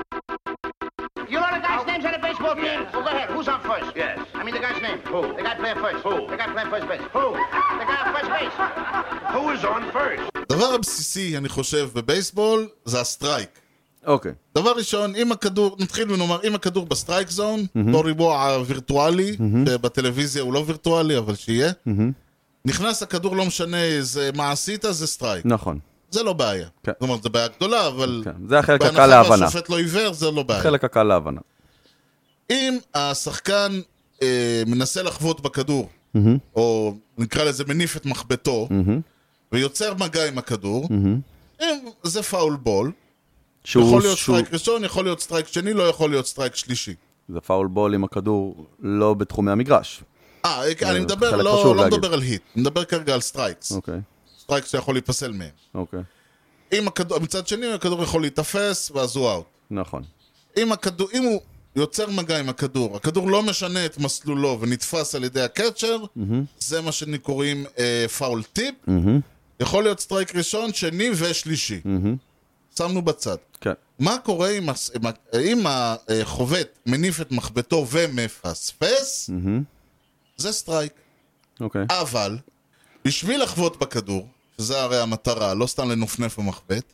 You know the guy's names on the baseball team? Well, go ahead. Who's on first? Yes. I mean the guy's name. Who? The guy playing first. Who? The guy playing first base. Who? The guy on first base. Who is on first? הדבר הבסיסי, אני חושב, בבייסבול, זה הסטרייק. אוקיי. דבר ראשון, אם הכדור, נתחיל ונאמר, אם הכדור בסטרייק זון, לא ריבוע וירטואלי, שבטלוויזיה הוא לא וירטואלי, אבל שיהיה, נכנס הכדור, לא משנה מה עשית, זה סטרייק. נכון. זה לא בעיה. כן. זאת אומרת, זה בעיה גדולה, אבל... כן. זה החלק הקל להבנה. בהנחה והשופט לא עיוור, זה לא בעיה. חלק הקל להבנה. אם השחקן מנסה לחוות בכדור, או נקרא לזה מניף את מחבטו, ויוצר מגע עם הכדור, זה פאול בול. יכול להיות סטרייק ראשון, יכול להיות סטרייק שני, לא יכול להיות סטרייק שלישי. זה פאול בול אם הכדור לא בתחומי המגרש. אני מדבר, לא מדבר על היט, אני מדבר כרגע על סטרייקס. אוקיי. סטרייקס שיכול להיפסל מהם. אוקיי. מצד שני, הכדור יכול להתאפס, ואז הוא אאוט. נכון. אם הוא יוצר מגע עם הכדור לא משנה את מסלולו ונתפס על ידי הקצ'ר, זה מה שקוראים פאול טיפ. יכול להיות סטרייק ראשון, שני ושלישי. שמנו בצד. כן. מה קורה אם החובט מניף את מחבטו ומפספס? זה סטרייק. אוקיי. אבל, בשביל לחוות בכדור, שזה הרי המטרה, לא סתם לנופנף במחבט,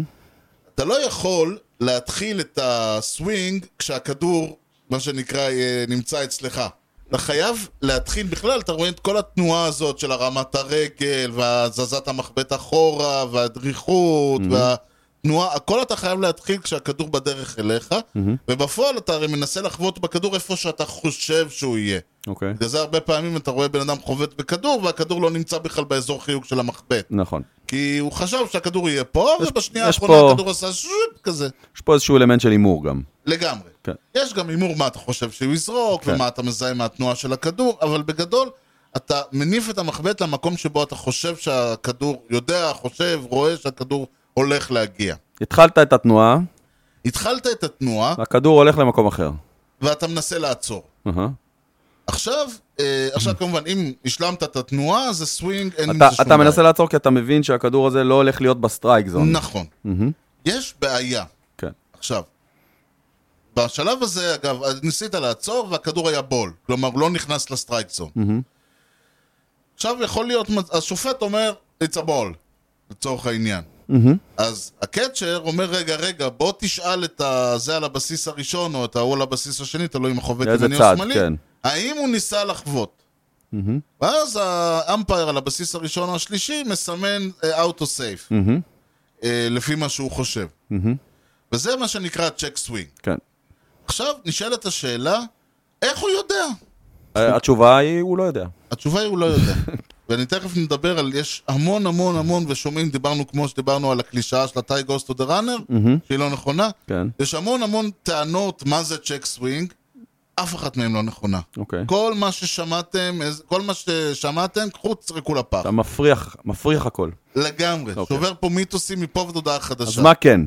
אתה לא יכול להתחיל את הסווינג כשהכדור, מה שנקרא, נמצא אצלך. אתה חייב להתחיל בכלל, אתה רואה את כל התנועה הזאת של הרמת הרגל, והזזת המחבט אחורה, והדריכות, והתנועה, הכל אתה חייב להתחיל כשהכדור בדרך אליך, ובפועל אתה הרי מנסה לחוות בכדור איפה שאתה חושב שהוא יהיה. אוקיי. בגלל זה הרבה פעמים אתה רואה בן אדם חובט בכדור, והכדור לא נמצא בכלל באזור חיוג של המחבט. נכון. כי הוא חשב שהכדור יהיה פה, ובשנייה האחרונה הכדור עשה שופ כזה. יש פה איזשהו אלמנט של אימור גם. לגמרי. כן. יש גם אימור מה אתה חושב שהוא יזרוק, ומה אתה מזהה מהתנועה של הכדור, אבל בגדול אתה מניף את המחבט למקום שבו אתה חושב שהכדור יודע, חושב, רואה שהכדור הולך להגיע. התחלת את התנועה. התחלת את התנועה. הכדור הולך למקום אחר. ואתה מנסה לעצור. עכשיו כמובן, אם השלמת את התנועה, זה סווינג, אין עם זה שום בעיה. אתה מנסה לעצור כי אתה מבין שהכדור הזה לא הולך להיות בסטרייק זון. נכון. יש בעיה. כן. עכשיו, בשלב הזה, אגב, ניסית לעצור והכדור היה בול. כלומר, הוא לא נכנס לסטרייק זון. עכשיו יכול להיות, השופט אומר, it's a ball, לצורך העניין. אז הקצ'ר אומר, רגע, בוא תשאל את זה על הבסיס הראשון, או את ההוא על הבסיס השני, תלוי אם החובט ימני או שמאלי, האם הוא ניסה לחוות. ואז האמפייר על הבסיס הראשון או השלישי מסמן אוטו סייף, לפי מה שהוא חושב. וזה מה שנקרא צ'ק סווינג. כן. עכשיו נשאלת השאלה, איך הוא יודע? התשובה היא, הוא לא יודע. התשובה היא, הוא לא יודע. ואני תכף נדבר על, יש המון ושומעים, דיברנו כמו שדיברנו על הקלישאה של ה-tie goes to the runner, שהיא לא נכונה. כן. יש המון טענות מה זה צ'ק סווינג, אף אחת מהם לא נכונה. אוקיי. כל מה ששמעתם, קחו תצרקו לפח. אתה מפריח הכל. לגמרי. שובר פה מיתוסים מפה ודודה חדשה. אז מה כן?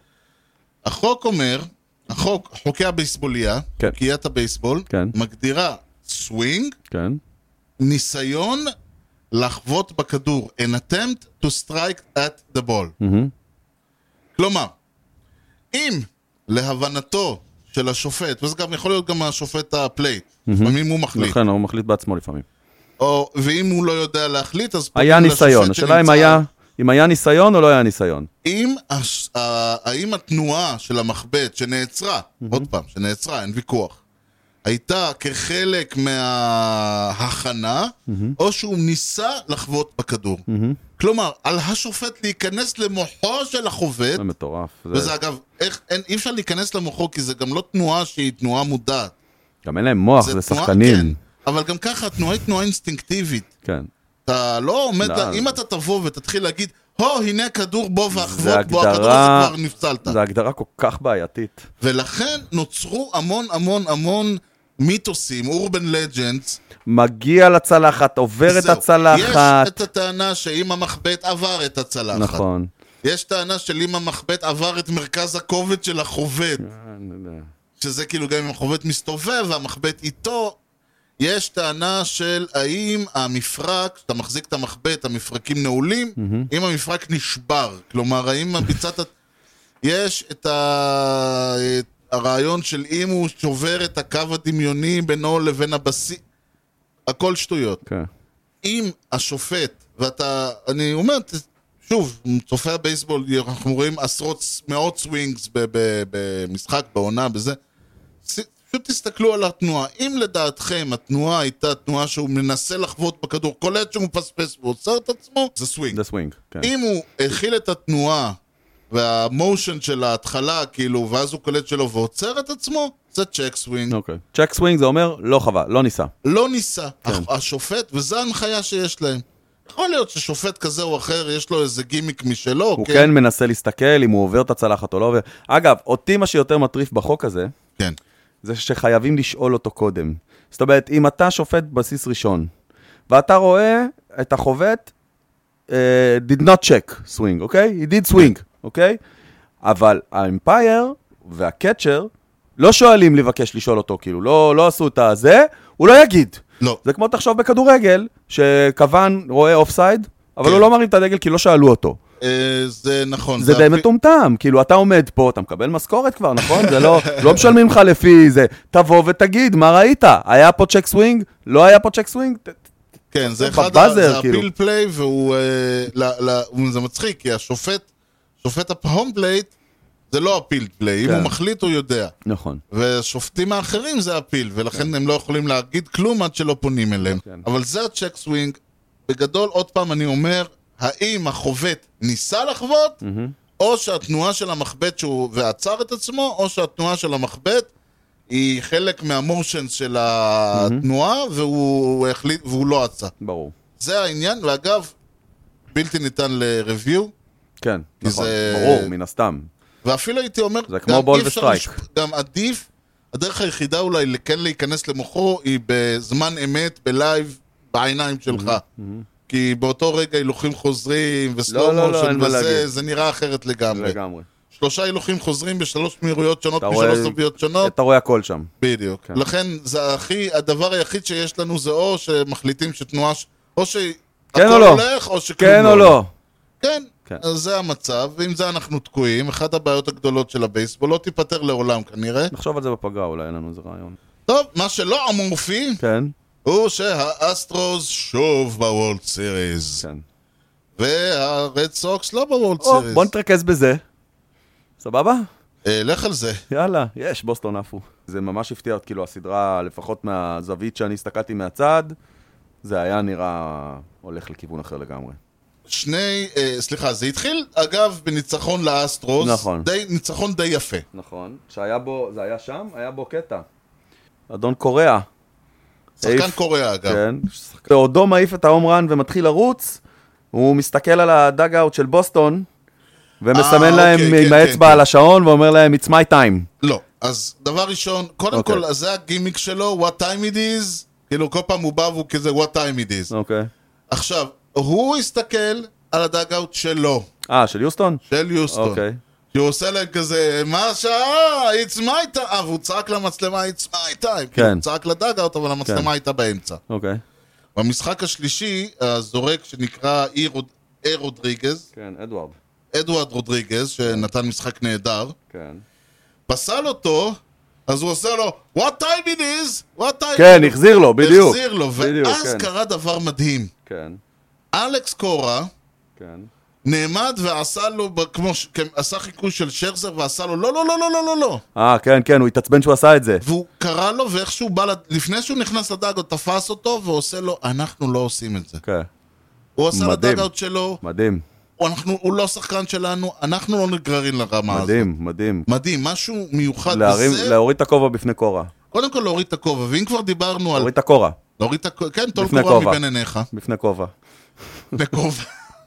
החוק אומר, חוקי הבייסבוליה, חוקיית הבייסבול, מגדירה סווינג, ניסיון לחוות בכדור, an attempt to strike at the ball. כלומר, אם להבנתו של השופט, וזה גם יכול להיות גם השופט הפלייט, לפעמים הוא מחליט. לכן, הוא מחליט בעצמו לפעמים. ואם הוא לא יודע להחליט, אז... היה ניסיון, השאלה אם היה ניסיון או לא היה ניסיון. האם התנועה של המחבט שנעצרה, עוד פעם, שנעצרה, אין ויכוח, הייתה כחלק מההכנה, או שהוא ניסה לחוות בכדור. כלומר, על השופט להיכנס למוחו של החובט, זה מטורף. וזה אגב, אי אפשר להיכנס למוחו, כי זה גם לא תנועה שהיא תנועה מודעת. גם אין להם מוח, זה שחקנים. כן, אבל גם ככה, התנועה היא תנועה אינסטינקטיבית. כן. אתה לא עומד, אם אתה תבוא ותתחיל להגיד, הנה כדור בו ואחוות בו, הכדור הזה כבר נפצלת. זה הגדרה כל כך בעייתית. ולכן נוצרו המון מיתוסים, אורבן לג'נדס. מגיע לצלחת, עובר את הצלחת. יש את הטענה שאם המחבט עבר את הצלחת. נכון. יש טענה של אם המחבט עבר את מרכז הכובד של החובט. שזה כאילו גם אם החובט מסתובב והמחבט איתו. יש טענה של האם המפרק, כשאתה מחזיק את המחבט, המפרקים נעולים, אם המפרק נשבר. כלומר, האם הביצת... יש את הרעיון של אם הוא שובר את הקו הדמיוני בינו לבין הבסיס, הכל שטויות. כן. אם השופט, ואתה, אני אומר, שוב, צופי הבייסבול, אנחנו רואים מאות סווינגס במשחק, בעונה, בזה, פשוט תסתכלו על התנועה. אם לדעתכם התנועה הייתה תנועה שהוא מנסה לחוות בכדור, כל עת שהוא מפספס ועוצר את עצמו, זה סווינג. זה סווינג, כן. אם הוא הכיל את התנועה והמושן של ההתחלה, כאילו, ואז הוא קולט שלו ועוצר את עצמו, זה צ'ק סווינג. אוקיי. צ'ק סווינג זה אומר לא חווה, לא ניסה. לא ניסה. השופט, וזו ההנחיה שיש להם. יכול להיות ששופט כזה או אחר, יש לו איזה גימיק משלו. הוא כן מנסה להסתכל אם הוא עובר את הצלחת או לא עובר. אגב, אותי מה שיותר מטריף בחוק הזה, כן. זה שחייבים לשאול אותו קודם. זאת אומרת, אם אתה שופט בסיס ראשון, ואתה רואה את החובט, did not check swing, אוקיי? He did swing, אוקיי? אבל האמפייר והקצ'ר לא שואלים לבקש לשאול אותו, כאילו, לא עשו את הזה, הוא לא יגיד. לא. זה כמו תחשוב בכדורגל, שכוון רואה אופסייד, אבל הוא לא מרים את הדגל כי לא שאלו אותו. זה נכון. זה די מטומטם, כאילו אתה עומד פה, אתה מקבל משכורת כבר, נכון? זה לא משלמים לך לפי זה. תבוא ותגיד, מה ראית? היה פה צ'ק סווינג? לא היה פה צ'ק סווינג? כן, זה אחד, זה הפיל פליי, וזה מצחיק, כי שופט ההום פלייט, זה לא הפיל פליי, אם הוא מחליט הוא יודע. נכון. והשופטים האחרים זה הפיל, ולכן הם לא יכולים להגיד כלום עד שלא פונים אליהם. אבל זה הצ'ק סווינג, בגדול עוד פעם אני אומר, האם החובט ניסה לחוות, או שהתנועה של המחבט ועצר את עצמו, או שהתנועה של המחבט היא חלק מהמושן של התנועה, והוא לא עצה. ברור. זה העניין, ואגב, בלתי ניתן לרוויו. כן, נכון, ברור, מן הסתם. ואפילו הייתי אומר, זה כמו בול וסטרייק. גם עדיף, הדרך היחידה אולי כן להיכנס למוחו, היא בזמן אמת, בלייב, בעיניים שלך. כי באותו רגע הילוכים חוזרים, וסלו מושן וזה, זה נראה אחרת לגמרי. 3 הילוכים חוזרים ב3 מהירויות שונות, ב3 זוויות שונות. אתה רואה הכל שם. בדיוק. לכן, הדבר היחיד שיש לנו זה או שמחליטים שתנועה, או שהכל הולך, או שכלום כן או לא. כן, אז זה המצב, ועם זה אנחנו תקועים. אחת הבעיות הגדולות של הבייסבול לא תיפטר לעולם כנראה. נחשוב על זה בפגרה, אולי אין לנו איזה רעיון. טוב, מה שלא אמורפי, כן. הוא שהאסטרוס שוב בוולד סיריז. כן. והרד סוקס לא בוולד סיריס. בוא נתרכז בזה. סבבה? לך על זה. יאללה, יש, בוסטון עפו. זה ממש הפתיע, כאילו הסדרה, לפחות מהזווית שאני הסתכלתי מהצד, זה היה נראה הולך לכיוון אחר לגמרי. סליחה, זה התחיל אגב בניצחון לאסטרוס. נכון. ניצחון די יפה. נכון. שהיה בו, זה היה שם, היה בו קטע. אדון קוריאה. שחקן קוריאה אגב. כן. בעודו מעיף את ההומרן ומתחיל לרוץ, הוא מסתכל על הדאג-אאוט של בוסטון, ומסמן להם עם האצבע על השעון, ואומר להם, it's my time. לא, אז דבר ראשון, קודם כל, זה הגימיק שלו, what time it is, כאילו כל פעם הוא בא והוא כזה, what time it is. אוקיי. עכשיו, הוא הסתכל על הדאג-אאוט שלו. של יוסטון? של יוסטון. אוקיי. כי הוא עושה להם כזה, מה השעה? It's my time. והוא צעק למצלמה, it's my time. כן. הוא צעק לדאג-אאוט, אבל המצלמה הייתה באמצע. אוקיי. במשחק השלישי, הזורק שנקרא רודריגז. כן, אדוארד. אדוארד רודריגז, שנתן משחק נהדר. כן. פסל אותו, אז הוא עושה לו, what time it is? What time כן, החזיר לו, בדיוק. החזיר לו, ואז קרה דבר מדהים. כן. אלכס קורה, כן. נעמד ועשה לו, עשה חיקוי של שרזר ועשה לו, לא, לא, לא, לא, לא, לא, לא. כן, כן, הוא התעצבן שהוא עשה את זה. והוא קרא לו, ואיכשהו בא, לפני שהוא נכנס לדאגות, תפס אותו ועושה לו, אנחנו לא עושים את זה. כן. הוא עשה לדאגות שלו, מדהים. הוא לא שחקן שלנו, אנחנו לא נגררים לרמה הזאת. מדהים, מדהים. מדהים, משהו מיוחד בזה. להוריד את הכובע בפני קורה. קודם כל להוריד את הכובע, ואם כבר דיברנו על... להוריד את הכורה. להוריד את הכובע, כן, טול קורה מבין עיניך. בפני כובע. בכובע.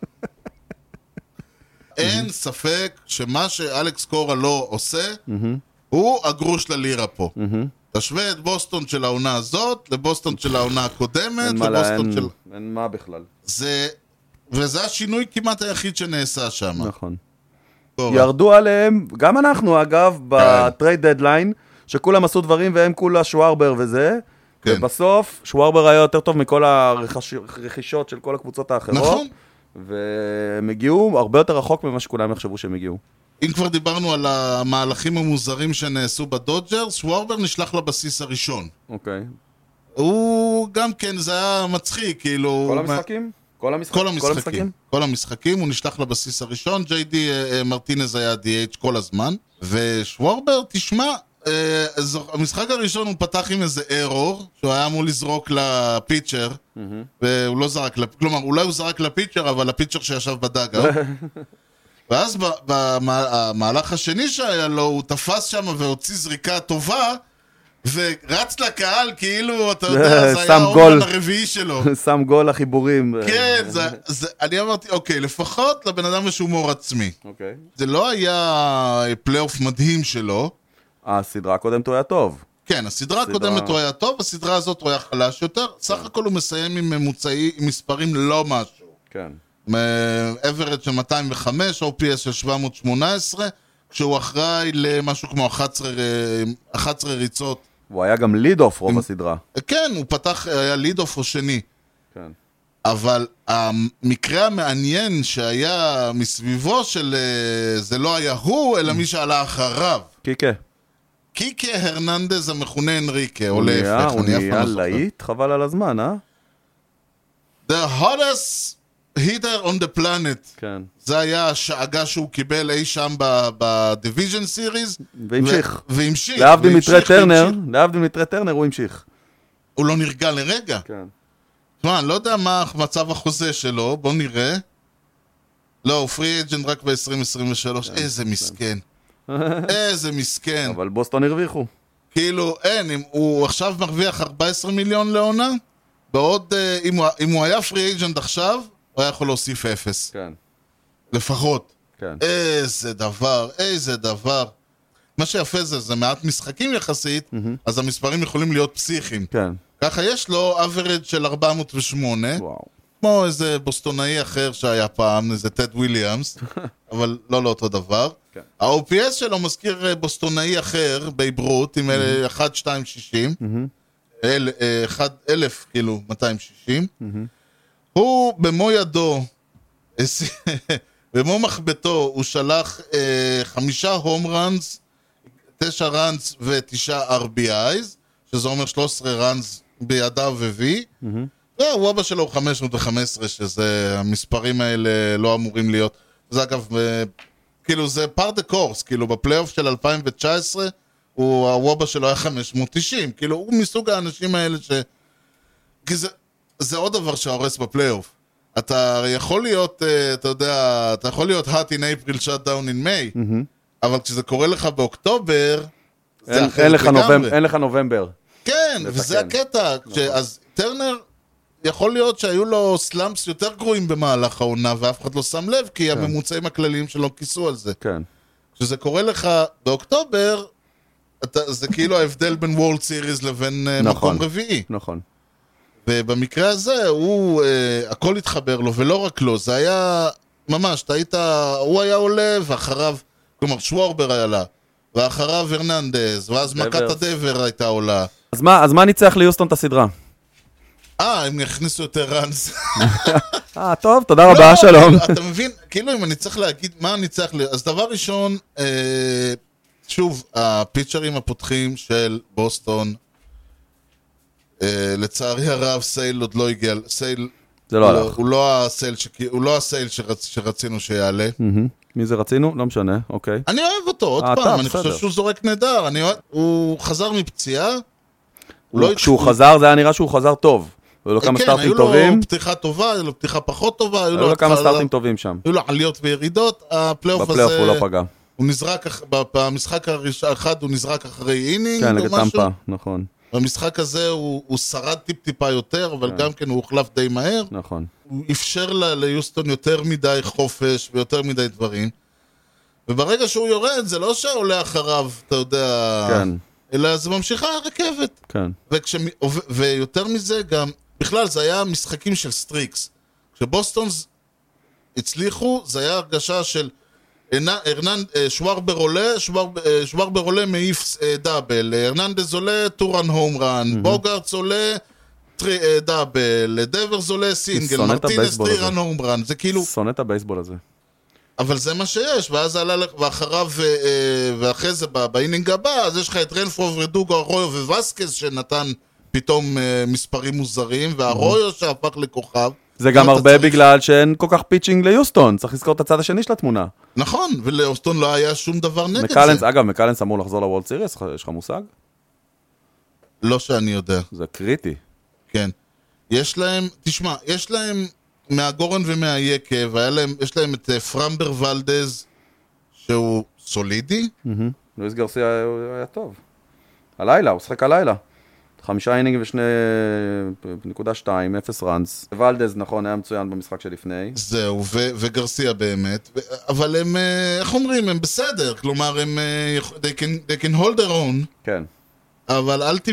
אין ספק שמה שאלכס קורה לא עושה, הוא הגרוש ללירה פה. תשווה את בוסטון של העונה הזאת, לבוסטון של העונה הקודמת, לבוסטון של... אין מה בכלל. וזה השינוי כמעט היחיד שנעשה שם. נכון. ירדו עליהם, גם אנחנו אגב, בטרייד דדליין, שכולם עשו דברים והם כולה שווארבר וזה, ובסוף שווארבר היה יותר טוב מכל הרכישות של כל הקבוצות האחרות. נכון. והם הגיעו הרבה יותר רחוק ממה שכולם יחשבו שהם הגיעו. אם כבר דיברנו על המהלכים המוזרים שנעשו בדודג'רס, שווארבר נשלח לבסיס הראשון. אוקיי. הוא גם כן, זה היה מצחיק, כאילו... כל המשחקים? כל המשחקים, הוא נשלח לבסיס הראשון, ג'יי-די מרטינז היה DH כל הזמן, ושווארבר, תשמע, המשחק הראשון הוא פתח עם איזה ארור, שהוא היה אמור לזרוק לפיצ'ר, והוא לא זרק, כלומר, אולי הוא זרק לפיצ'ר, אבל לפיצ'ר שישב בדאגה. ואז במהלך השני שהיה לו, הוא תפס שם והוציא זריקה טובה, ורץ לקהל כאילו, אתה יודע, זה היה האומן הרביעי שלו. שם גול לחיבורים. כן, אני אמרתי, אוקיי, לפחות לבן אדם יש הומור עצמי. זה לא היה פלייאוף מדהים שלו. הסדרה הקודמת הוא היה טוב. כן, הסדרה הקודמת הוא היה טוב, הסדרה הזאת הוא היה חלש יותר. סך הכל הוא מסיים עם ממוצעי, עם מספרים לא משהו. כן. אברד של 205, OPS של 718, כשהוא אחראי למשהו כמו 11 ריצות. הוא היה גם ליד אוף רוב הסדרה. כן, הוא פתח, היה ליד אוף או שני. כן. אבל המקרה המעניין שהיה מסביבו של, זה לא היה הוא, אלא מי שעלה אחריו. קיקה הרננדז המכונה אנריקה, או להפך, הוא נהיה להיט, חבל על הזמן, The hottest hitter on the planet. כן. זה היה השאגה שהוא קיבל אי שם בדיוויז'ן סיריז. והמשיך. להבדיל מטרי טרנר הוא המשיך. הוא לא נרגע לרגע. כן. תשמע, אני לא יודע מה מצב החוזה שלו, בוא נראה. לא, הוא פרי אג'נט רק ב-2023, איזה מסכן. איזה מסכן. אבל בוסטון הרוויחו. כאילו, אין, הוא עכשיו מרוויח 14 מיליון לעונה, בעוד, אם הוא היה פרי אג'נט עכשיו, הוא היה יכול להוסיף 0. כן. לפחות. כן. איזה דבר, איזה דבר. מה שיפה זה מעט משחקים יחסית, אז המספרים יכולים להיות פסיכיים. כן. ככה יש לו average של 408, כמו איזה בוסטונאי אחר שהיה פעם, איזה טד וויליאמס, אבל לא לאותו דבר. ה-OPS שלו מזכיר בוסטונאי אחר, בייברוט, עם 1,260, 1,000 כאילו 260. הוא במו ידו, במו מחבטו, הוא שלח 5 הום ראנס, 9 ראנס ו9 RBIs, שזה אומר 13 ראנס בידיו ו-V, הוובה שלו הוא 515, שזה, המספרים האלה לא אמורים להיות. זה אגב, כאילו זה פאר דה קורס, כאילו בפלייאוף של 2019, הוובה שלו היה 590, כאילו הוא מסוג האנשים האלה כי זה עוד דבר שהורס בפלייאוף. אתה יכול להיות, אתה יודע, אתה יכול להיות hot in April, shut down in May, אבל כשזה קורה לך באוקטובר, זה אחרת לגמרי. אין לך נובמבר. כן, וזה הקטע. אז טרנר, יכול להיות שהיו לו סלאמפס יותר גרועים במהלך העונה, ואף אחד לא שם לב, כי הממוצעים הכלליים שלו כיסו על זה. כן. כשזה קורה לך באוקטובר, זה כאילו ההבדל בין וורלד סיריז לבין מקום רביעי. נכון. ובמקרה הזה, הכל התחבר לו, ולא רק לו, זה היה ממש, הוא היה עולה, ואחריו, כלומר, שוורבר היה לה, ואחריו הרננדז, ואז מכת הדבר הייתה עולה. אז מה ניצח ליוסטון את הסדרה? הם יכניסו יותר ראנס. טוב, תודה רבה, שלום. אתה מבין, כאילו אם אני צריך להגיד מה אני צריך, אז דבר ראשון, שוב, הפיצ'רים הפותחים של בוסטון, לצערי הרב, סייל עוד לא הגיע, סייל, הוא לא הסייל שרצינו שיעלה. מי זה רצינו? לא משנה, אוקיי. אני אוהב אותו, עוד פעם, אני חושב שהוא זורק נהדר, הוא חזר מפציעה. כשהוא חזר, זה היה נראה שהוא חזר טוב. היו לו כמה סטארטים טובים. היו לו פתיחה טובה, היו לו פתיחה פחות טובה. היו לו כמה סטארטים טובים שם. היו לו עליות וירידות, הפלייאוף הזה... בפלייאוף הוא לא פגע. הוא נזרק, במשחק האחד הוא נזרק אחרי אינינג כן, נגד טמפה, נכון. במשחק הזה הוא שרד טיפ-טיפה יותר, אבל גם כן הוא הוחלף די מהר. נכון. הוא אפשר ליוסטון יותר מדי חופש ויותר מדי דברים. וברגע שהוא יורד, זה לא שעולה אחריו, אתה יודע... כן. אלא זה ממשיכה הרכבת. כן. ויותר מזה גם, בכלל זה היה משחקים של סטריקס. כשבוסטונס הצליחו, זה היה הרגשה של שווארבר עולה מעיף דאבל, הרננדז עולה טורן הום רן, בוגרטס עולה דאבל, דברס עולה סינגל, מרטינס טרירן הום רן, זה כאילו... שונא את הבייסבול הזה. אבל זה מה שיש, ואז עלה לך, ואחריו, ואחרי זה באינינג הבא, אז יש לך את רנפרו ורדוגו, ארויו ווסקס, שנתן פתאום מספרים מוזרים, והארויו שהפך לכוכב. זה גם הרבה בגלל שאין כל כך פיצ'ינג ליוסטון, צריך לזכור את הצד השני של התמונה. נכון, וליוסטון לא היה שום דבר נגד זה. אגב, מקלנס אמור לחזור לוולד סיריס, יש לך מושג? לא שאני יודע. זה קריטי. כן. יש להם, תשמע, יש להם... מהגורן ומהיקב, יש להם את פרמבר ולדז, שהוא סולידי. לואיס גרסיה היה טוב. הלילה, הוא שחק הלילה. 5 אינינגים ו2.2, 0 ראנס. ולדז, נכון, היה מצוין במשחק שלפני. זהו, וגרסיה באמת. אבל הם, איך אומרים, הם בסדר. כלומר, הם, they can hold their own. כן. אבל אל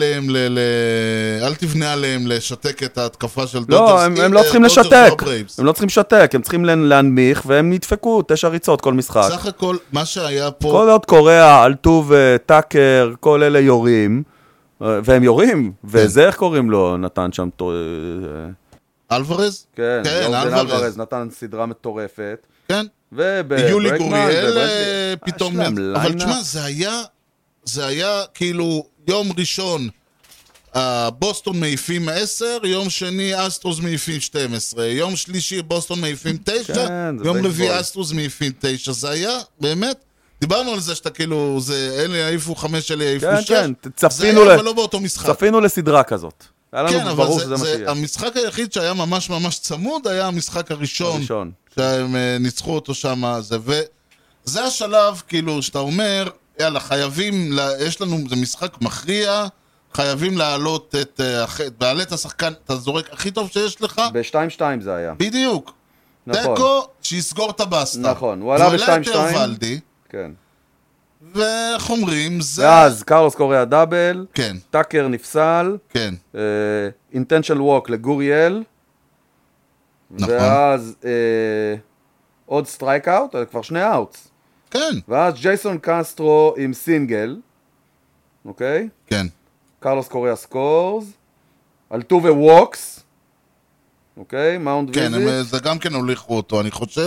תבנה עליהם לשתק את ההתקפה של דודג'רס. לא, הם לא צריכים לשתק. הם לא צריכים לשתק, הם צריכים להנמיך, והם נדפקו 9 ריצות כל משחק. סך הכל, מה שהיה פה... כל עוד קוריאה, אלטוב, טאקר, כל אלה יורים, והם יורים, וזה איך קוראים לו, נתן שם... אלוורז? כן, אלוורז נתן סדרה מטורפת. כן. יולי גוריאל פתאום... אבל תשמע, זה היה כאילו יום ראשון בוסטון מעיפים 10, יום שני אסטרוס מעיפים 12, יום שלישי בוסטון מעיפים 9, יום רביעי אסטרוס מעיפים 9, זה היה באמת, דיברנו על זה שאתה כאילו, אלה העיפו 5, אלה העיפו 6, זה היה אבל לא באותו משחק. צפינו לסדרה כזאת. כן, אבל המשחק היחיד שהיה ממש ממש צמוד, היה המשחק הראשון, שהם ניצחו אותו שם, וזה השלב כאילו שאתה אומר, יאללה, חייבים, יש לנו, זה משחק מכריע, חייבים להעלות את השחקן, אתה זורק הכי טוב שיש לך. ב-2-2 זה היה. בדיוק. דקו, שיסגור את הבאסטה. נכון, הוא עלה ב-2-2. כן. ואיך אומרים, זה... ואז קרלוס קוריאה דאבל. כן. טאקר נפסל. כן. אינטנשל ווק לגוריאל. נכון. ואז עוד סטרייק אאוט, כבר 2 אאוטס. כן. ואז ג'ייסון קסטרו עם סינגל, אוקיי? כן. קרלוס קוריאה סקורס, אלטובה ווקס, אוקיי? מאונד ויזיט. כן, זה גם כן הוליכו אותו, אני חושב.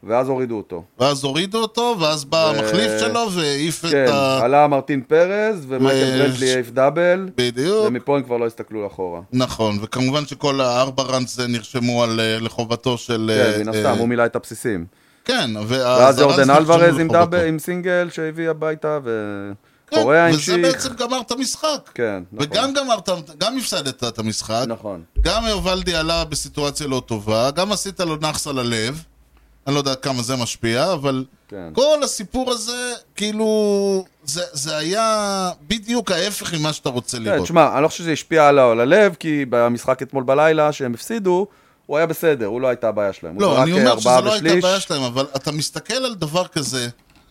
ואז הורידו אותו. ואז בא המחליף שלו והעיף כן, את עלה מרטין פרז, ומייקל ברדלי העיף דאבל. בדיוק. ומפה הם כבר לא הסתכלו לאחורה. נכון, וכמובן שכל הארבע ראנס נרשמו לחובתו של... כן, מן הסתם, הוא מילא את הבסיסים. כן, ואז יורדן אלוורז עם סינגל שהביא הביתה, וקוריאה עם וזה שיק. בעצם גמר את המשחק. כן, נכון. וגם גם הפסדת את המשחק. נכון. גם יובלדי עלה בסיטואציה לא טובה, גם עשית לו נחס על הלב. אני לא יודע כמה זה משפיע, אבל כן. כל הסיפור הזה, כאילו, זה היה בדיוק ההפך ממה שאתה רוצה לראות. כן, תשמע, אני לא חושב שזה השפיע על הלב, כי במשחק אתמול בלילה שהם הפסידו, הוא היה בסדר, הוא לא הייתה הבעיה שלהם. לא, אני אומר שזה לא הייתה הבעיה שלהם, אבל אתה מסתכל על דבר כזה,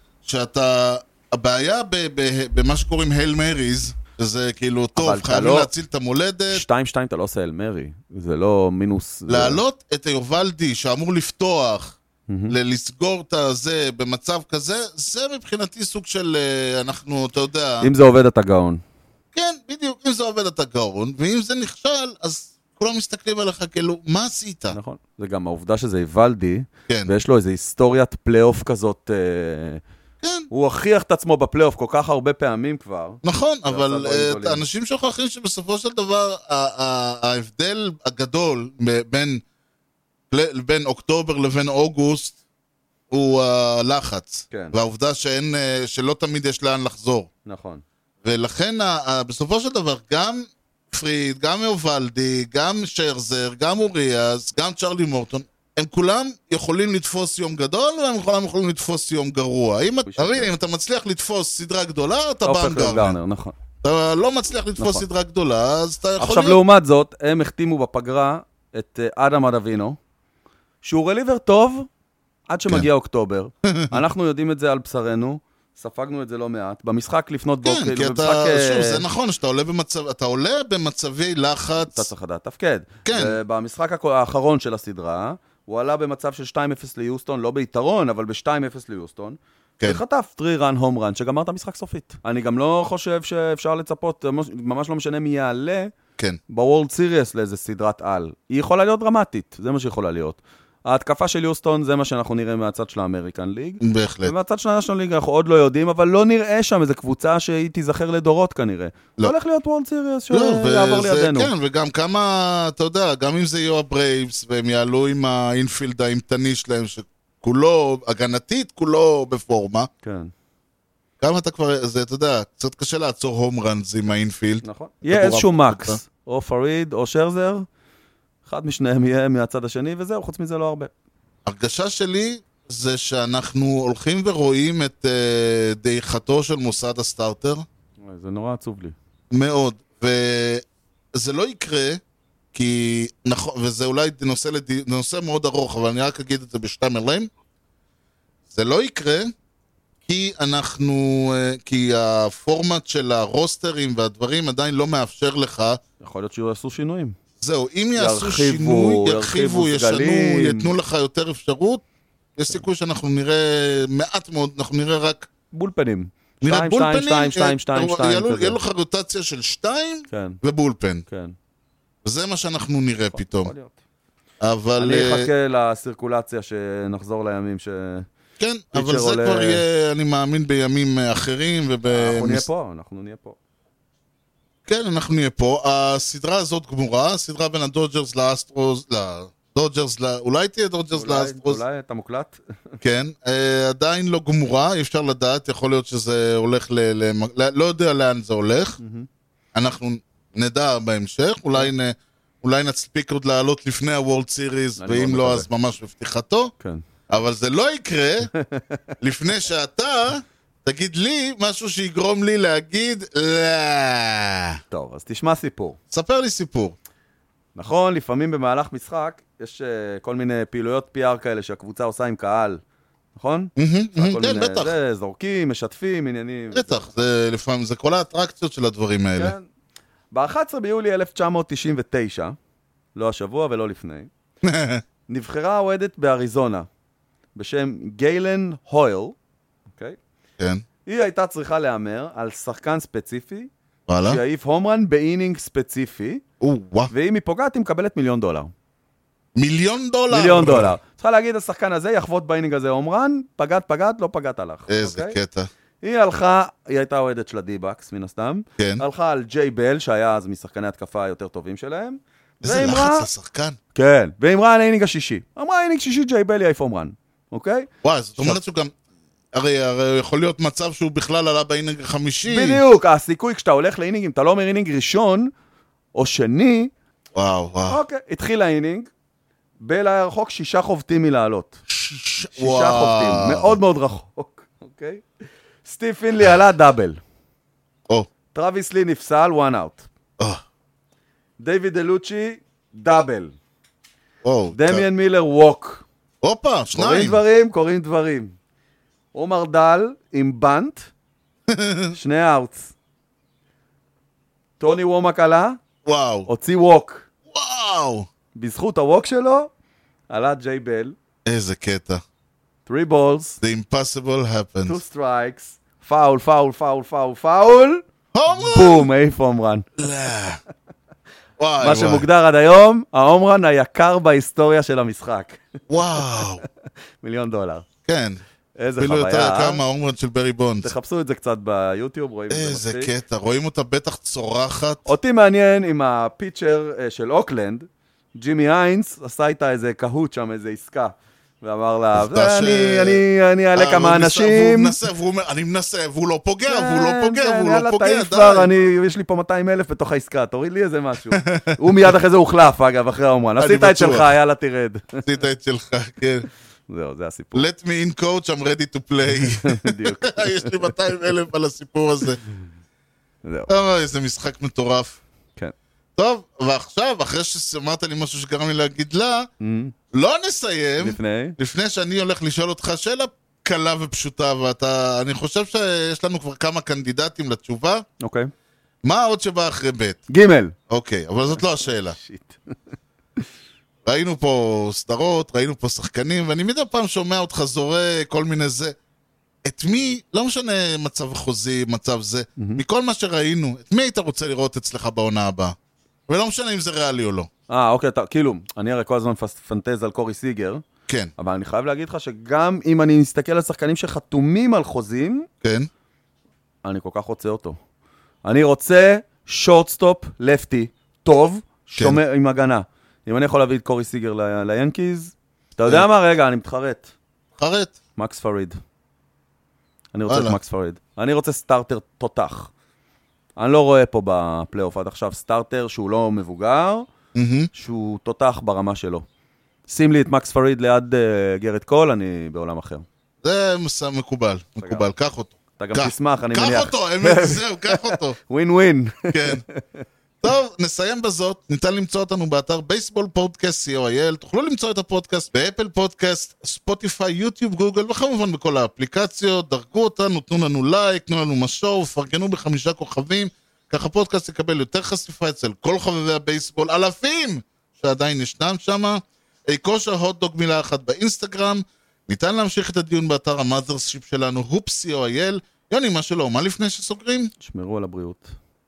הבעיה במה שקוראים הייל מריז, שזה כאילו, טוב, חייבים להציל את המולדת. 2-2 אתה לא עושה הייל מרי, זה לא מינוס. להעלות את היובלדי שאמור לפתוח, לסגור את זה במצב כזה, זה מבחינתי סוג של, אנחנו, אתה יודע... אם זה עובד אתה גאון. כן, בדיוק, אם זה עובד אתה גאון, ואם זה נכשל, אז כולם מסתכלים עליך כאילו, מה עשית? נכון, זה גם העובדה שזה היוולדי, כן. ויש לו איזו היסטוריית פלייאוף כזאת, כן. הוא הוכיח את עצמו בפלייאוף כל כך הרבה פעמים כבר. נכון, אבל אנשים שוכחים שבסופו של דבר, ההבדל הגדול בין אוקטובר לבין אוגוסט, הוא הלחץ. כן. והעובדה שלא תמיד יש לאן לחזור. נכון. ולכן בסופו של דבר גם פריד, גם יובלדי, גם שרזר, גם אוריאז, גם צ'רלי מורטון, הם כולם יכולים לתפוס יום גדול, והם כולם יכולים לתפוס יום גרוע. אם אתה מצליח לתפוס סדרה גדולה, אתה באמגרנר. נכון. אתה לא מצליח לתפוס סדרה גדולה, אז אתה יכול... עכשיו לעומת זאת, הם החתימו בפגרה את אדם אדווינו, שהוא רליבר טוב עד שמגיע אוקטובר. אנחנו יודעים את זה על בשרנו, ספגנו את זה לא מעט. במשחק לפנות בוקר... כן, כי אתה... שוב, זה נכון שאתה עולה במצבי לחץ... אתה צריך לדעת תפקד. כן. ובמשחק האחרון של הסדרה, הוא עלה במצב של 2-0 ליוסטון, לא ביתרון, אבל ב-2-0 ליוסטון. כן. וחטף 3-run home run, שגמר את המשחק סופית. אני גם לא חושב שאפשר לצפות, ממש לא משנה מי יעלה, כן. בוורלד סיריוס לאיזה סדרת על. היא יכולה להיות דרמטית, זה מה שיכולה להיות. ההתקפה של יוסטון זה מה שאנחנו נראה מהצד של האמריקן ליג. בהחלט. ומהצד של הנשיונל ליג אנחנו עוד לא יודעים, אבל לא נראה שם איזו קבוצה שהיא תיזכר לדורות כנראה. לא הולך להיות וורלד סיריוס שיעבור לידינו. כן, וגם כמה, אתה יודע, גם אם זה יהיו הברייבס, והם יעלו עם האינפילד האימתני שלהם, שכולו, הגנתית, כולו בפורמה. כן. כמה אתה כבר, זה, אתה יודע, קצת קשה לעצור הום ראנס עם האינפילד. נכון. יהיה איזשהו מקס, או פריד, או שרזר, אחד משניהם יהיה מהצד השני, וזהו, חוץ מזה לא הרבה. הרגשה שלי זה שאנחנו הולכים ורואים את דעיכתו של מוסד הסטארטר. זה נורא עצוב לי. מאוד. וזה לא יקרה, כי, נכון, וזה אולי נושא מאוד ארוך, אבל אני רק אגיד את זה בשתי מילים. זה לא יקרה, כי הפורמט של הרוסטרים והדברים עדיין לא מאפשר לך. יכול להיות שיעשו שינויים. זהו, אם יעשו שינוי, ירחיבו, ישנו, יתנו לך יותר אפשרות, יש סיכוי שאנחנו נראה מעט מאוד, אנחנו נראה רק... בולפנים. נראה בולפנים, 2. יהיה לך רוטציה של 2 כן. ובולפן. כן. וזה מה שאנחנו נראה פתאום. יכול להיות. אבל... אני אחכה לסירקולציה שנחזור לימים ש... כן, אבל זה כבר יהיה, אני מאמין, בימים אחרים אנחנו נהיה פה. כן, אנחנו נהיה פה. הסדרה הזאת גמורה, הסדרה בין הדודג'רס לאסטרוס, אולי תהיה דודג'רס לאסטרוס. אולי אתה מוקלט? כן, עדיין לא גמורה, אי אפשר לדעת, יכול להיות שזה הולך לא יודע לאן זה הולך. אנחנו נדע בהמשך, אולי נצפיק עוד לעלות לפני הוורלד סיריז, ואם לא אז ממש בפתיחתו. כן. אבל זה לא יקרה לפני שאתה תגיד לי משהו שיגרום לי להגיד לא. טוב, אז תשמע סיפור. ספר לי סיפור. נכון, לפעמים במהלך משחק יש כל מיני פעילויות PR כאלה שהקבוצה עושה עם קהל, נכון? כן, בטח. זה זורקים, משתפים, עניינים. בטח, לפעמים זה כל האטרקציות של הדברים האלה. כן. ב-11 ביולי 1999, לא השבוע ולא לפני, נבחרה אוהדת באריזונה, בשם גיילן הויל, אוקיי? כן. היא הייתה צריכה לאמר על שחקן ספציפי, וואלה. שיעיף הומרן באינינג ספציפי, ואם היא פוגעת, היא מקבלת $1,000,000. $1,000,000. $1,000,000. צריכה להגיד, השחקן הזה יחוות באינינג הזה עומרן, פגעת, לא פגעת הלך. איזה קטע. היא הלכה, היא הייתה אוהדת של הדי-בקס, מן הסתם. כן. הלכה על ג'יי בל, שהיה אז משחקני התקפה היותר טובים שלהם. איזה לחץ לשחקן. כן, ואמרה על האינינג השישי. אמרה, האינינג שישי, ג'יי בל יעיף עומרן. אוקיי? וואי, זאת אומרת שהוא גם... הרי יכול להיות מצב שהוא בכלל עלה באינינג החמישי. בדיוק, הסיכוי כשאתה הולך לאינינג, אם אתה לא אומר אינינג ראשון או שני, וואו. אוקיי, התחיל האינינג, בל היה רחוק 6 חובטים מלעלות. 6 חובטים, מאוד מאוד רחוק, אוקיי? סטיב פינלי עלה דאבל. טרוויס לי נפסל, 1 אאוט. דיוויד דלוצ'י, דאבל. דמיאן מילר, ווק. הופה, 2. קוראים דברים. עומר דל עם בנט, 2 אאוטס. טוני וומק עלה, הוציא ווק. וואו. בזכות הווק שלו, עלה ג'יי בל. איזה קטע. 3 balls. The impossible happens. 2 strikes. פאול. בום, העיף הומרן. מה שמוגדר עד היום, ההומרן היקר בהיסטוריה של המשחק. וואו. $1,000,000. כן. איזה חוויה. אפילו יותר יקר חוויה. מההומרן של ברי בונדס. תחפשו את זה קצת ביוטיוב, רואים את זה מספיק. איזה קטע, רואים אותה בטח צורחת. אותי מעניין עם הפיצ'ר של אוקלנד, ג'ימי איינס עשה איתה איזה קהות שם, איזה עסקה, ואמר לה, אני אעלה כמה אנשים. והוא אומר, אני מנסה, והוא לא פוגע, יש לי פה 200,000 בתוך העסקה, תוריד לי איזה משהו. הוא מיד אחרי זה הוחלף, אגב, אחרי ההומרן. עשית את שלך, יאללה תרד. עשית את שלך, כן. זהו, זה הסיפור. Let me in coach, I'm ready to play. בדיוק. יש לי 200,000 על הסיפור הזה. זהו. איזה משחק מטורף. כן. טוב, ועכשיו, אחרי שאמרת לי משהו שגרם לי להגיד לה, לא נסיים, לפני שאני הולך לשאול אותך שאלה קלה ופשוטה, ואני חושב שיש לנו כבר כמה קנדידטים לתשובה. אוקיי. מה עוד שבא אחרי ב'? ג'. אוקיי, אבל זאת לא השאלה. שיט. ראינו פה סדרות, ראינו פה שחקנים, ואני מדי פעם שומע אותך זורק, כל מיני זה. את מי, לא משנה מצב חוזי, מצב זה, מכל מה שראינו, את מי היית רוצה לראות אצלך בעונה הבאה? ולא משנה אם זה ריאלי או לא. אוקיי, כאילו, אני הרי כל הזמן פנטז על קורי סיגר, כן. אבל אני חייב להגיד לך שגם אם אני מסתכל על שחקנים שחתומים על חוזים, כן. אני כל כך רוצה אותו. אני רוצה שורטסטופ, לפטי, טוב, שומר עם הגנה. אם אני יכול להביא את קורי סיגר ליאנקיז, אתה יודע מה? רגע, אני מתחרט. מתחרט? מקס פריד. אני רוצה את מקס פריד. אני רוצה סטארטר תותח. אני לא רואה פה בפלייאוף עד עכשיו סטארטר שהוא לא מבוגר, שהוא תותח ברמה שלו. שים לי את מקס פריד ליד גרד קול, אני בעולם אחר. זה מקובל, מקובל, קח אותו. אתה גם תשמח, אני קח מניח. אותו, זהו, קח אותו. ווין ווין. כן. טוב, נסיים בזאת. ניתן למצוא אותנו באתר בייסבול פודקאסט co.il. תוכלו למצוא את הפודקאסט באפל פודקאסט, ספוטיפיי, יוטיוב, גוגל, וכמובן בכל האפליקציות. דרגו אותנו, תנו לנו לייק, תנו לנו משוב, פרגנו ב5 כוכבים. ככה הפודקאסט יקבל יותר חשיפה אצל כל חובבי הבייסבול, אלפים שעדיין ישנם שם. כושר הוטדוג מילה אחת באינסטגרם. ניתן להמשיך את הדיון באתר המאזרשיפ שלנו, הופ.co.il. יוני, מה שלא, מה לפני שסוגרים? שמרו על הבריאות.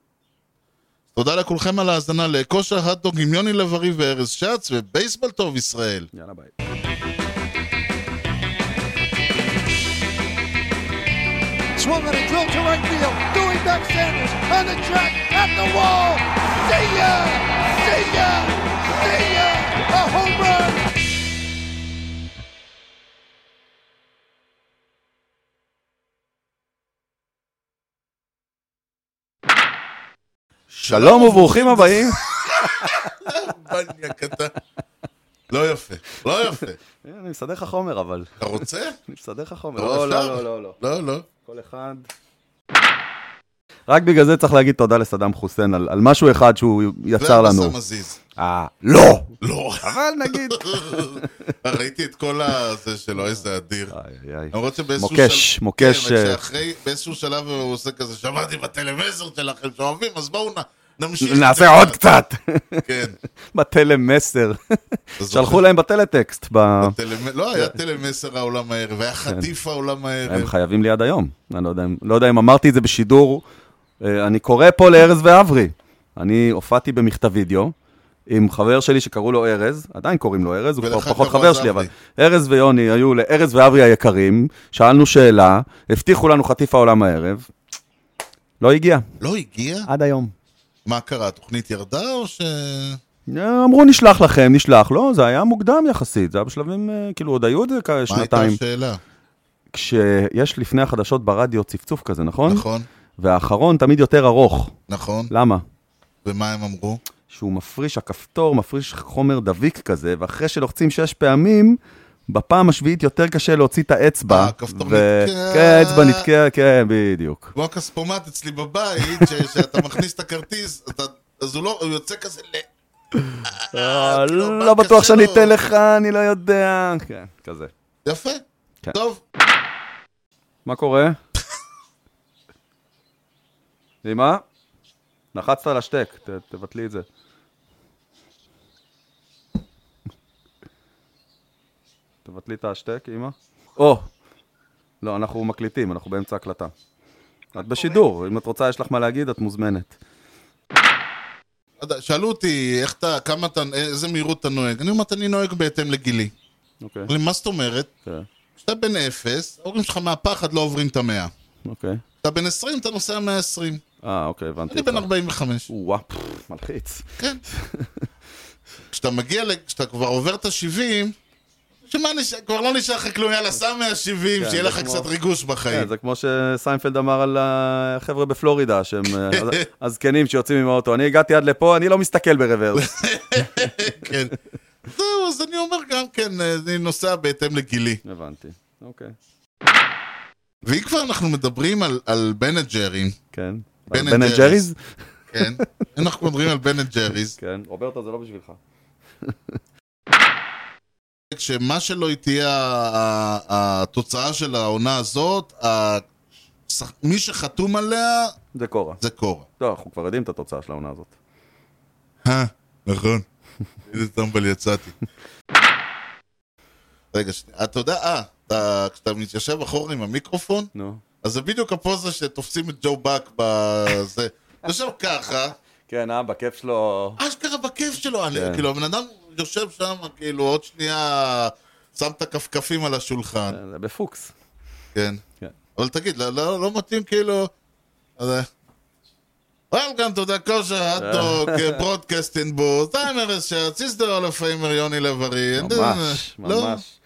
תודה לכולכם על ההאזנה לכושר הוטדוג עם יוני לב-ארי וארז שץ, ובייסבול טוב ישראל. יאללה ביי. Swung on a drill to right field. Doing back Sanders on the track at the wall. See ya! See ya! See ya! A home run! שלום וברוכים הבאים. בניה קטן. לא יפה, לא יפה. אני מסדר לך חומר, אבל. אתה רוצה? אני מסדר לך חומר. לא, לא. לא. כל אחד. רק בגלל זה צריך להגיד תודה לסדאם חוסיין על משהו אחד שהוא יצר לנו. זה המסע מזיז. לא. לא. אבל נגיד. ראיתי את כל הזה שלו, איזה אדיר. למרות מוקש. באיזשהו שלב הוא עושה כזה, שמעתי בטלמסר שלכם שאוהבים, אז בואו נמשיך. נעשה עוד קצת. כן. בטלמסר. שלחו להם בטלטקסט. לא, היה טלמסר העולם הערב, היה חטיף העולם הערב. הם חייבים לי עד היום. אני לא יודע אם אמרתי את זה בשידור. אני קורא פה לארז ואברי. אני הופעתי במכתב וידאו, עם חבר שלי שקראו לו ארז, עדיין קוראים לו ארז, הוא כבר ולך פחות קראו חבר אז שלי, אברי. אבל ארז ויוני היו לארז ואברי היקרים, שאלנו שאלה, הבטיחו לנו חטיף העולם הערב, לא הגיע, לא הגיע? עד היום. מה קרה? התוכנית ירדה או ש... אמרו נשלח לכם, נשלח, לא, זה היה מוקדם יחסית, זה היה בשלבים, כאילו עוד היו את זה מה הייתה שנתיים. השאלה? כשיש לפני החדשות ברדיו צפצוף כזה, נכון? נכון, והאחרון תמיד יותר ארוך. נכון. למה? ומה הם אמרו? שהוא מפריש, הכפתור מפריש חומר דביק כזה, ואחרי שלוחצים 6 פעמים, בפעם השביעית יותר קשה להוציא את האצבע. הכפתור נתקע. כן, האצבע נתקע, כן, בדיוק. כמו הכספומט אצלי בבית, שאתה מכניס את הכרטיס, אז הוא יוצא כזה כאילו, לא מה בטוח קשה שאני לו? אתן לך, אני לא יודע. כן, כזה. יפה. כן. טוב. מה קורה? אמא? לחצת על השטק, תבטלי את זה. תבטלי את השטק, אמא? לא, אנחנו מקליטים, אנחנו באמצע הקלטה. את בשידור, אם את רוצה, יש לך מה להגיד, את מוזמנת. שאלו אותי, איזה מהירות אתה נוהג? אני אומרת, אני נוהג בהתאם לגילי. אוקיי, אומרים, מה זאת אומרת? כן, כשאתה בן 0, ההורים שלך מהפחד לא עוברים את 100. אוקיי. אתה בן 20, אתה נוסע 120. אוקיי, הבנתי. אני בן 45. וואו, מלחיץ. כן. כשאתה כבר עובר את ה-70, כבר לא נשאר לך כלום, יאללה, שם 170, כן, שיהיה זה לך כמו- קצת ריגוש כן, בחיים. זה כמו שסיינפלד אמר על החבר'ה בפלורידה, שהם הזקנים שיוצאים עם האוטו. אני הגעתי עד לפה, אני לא מסתכל ברוורס. כן. זהו, אז אני אומר גם כן, אני נוסע בהתאם לגילי. הבנתי, אוקיי. ואם כבר אנחנו מדברים על בן ג'רי, כן. בן בן אנד אנד ג'ריז? כן, אנחנו מדברים על בן ג'ריז, כן. רוברטו, זה לא בשבילך. שמה שלא תהיה התוצאה של העונה הזאת, מי שחתום עליה זה קורה. זה קורה. לא, אנחנו כבר יודעים את התוצאה של העונה הזאת. נכון. איזה טמבל יצאתי. רגע, אתה יודע, כשאתה מתיישב אחורה עם המיקרופון, נו. אז זה בדיוק הפוזה שתופסים את ג'ו באק בזה. יושב ככה, כן, בכיף שלו... אשכרה בכיף שלו, כן. כאילו הבן אדם יושב שם, כאילו עוד שנייה שם את הכפכפים על השולחן, זה בפוקס. כן. כן. אבל תגיד, לא מתאים כאילו... Welcome to the kosher hot dog broadcasting booth. I'm Eres Schertz, is the Hall of Famer יוני לב-ארי. ממש, לא? ממש.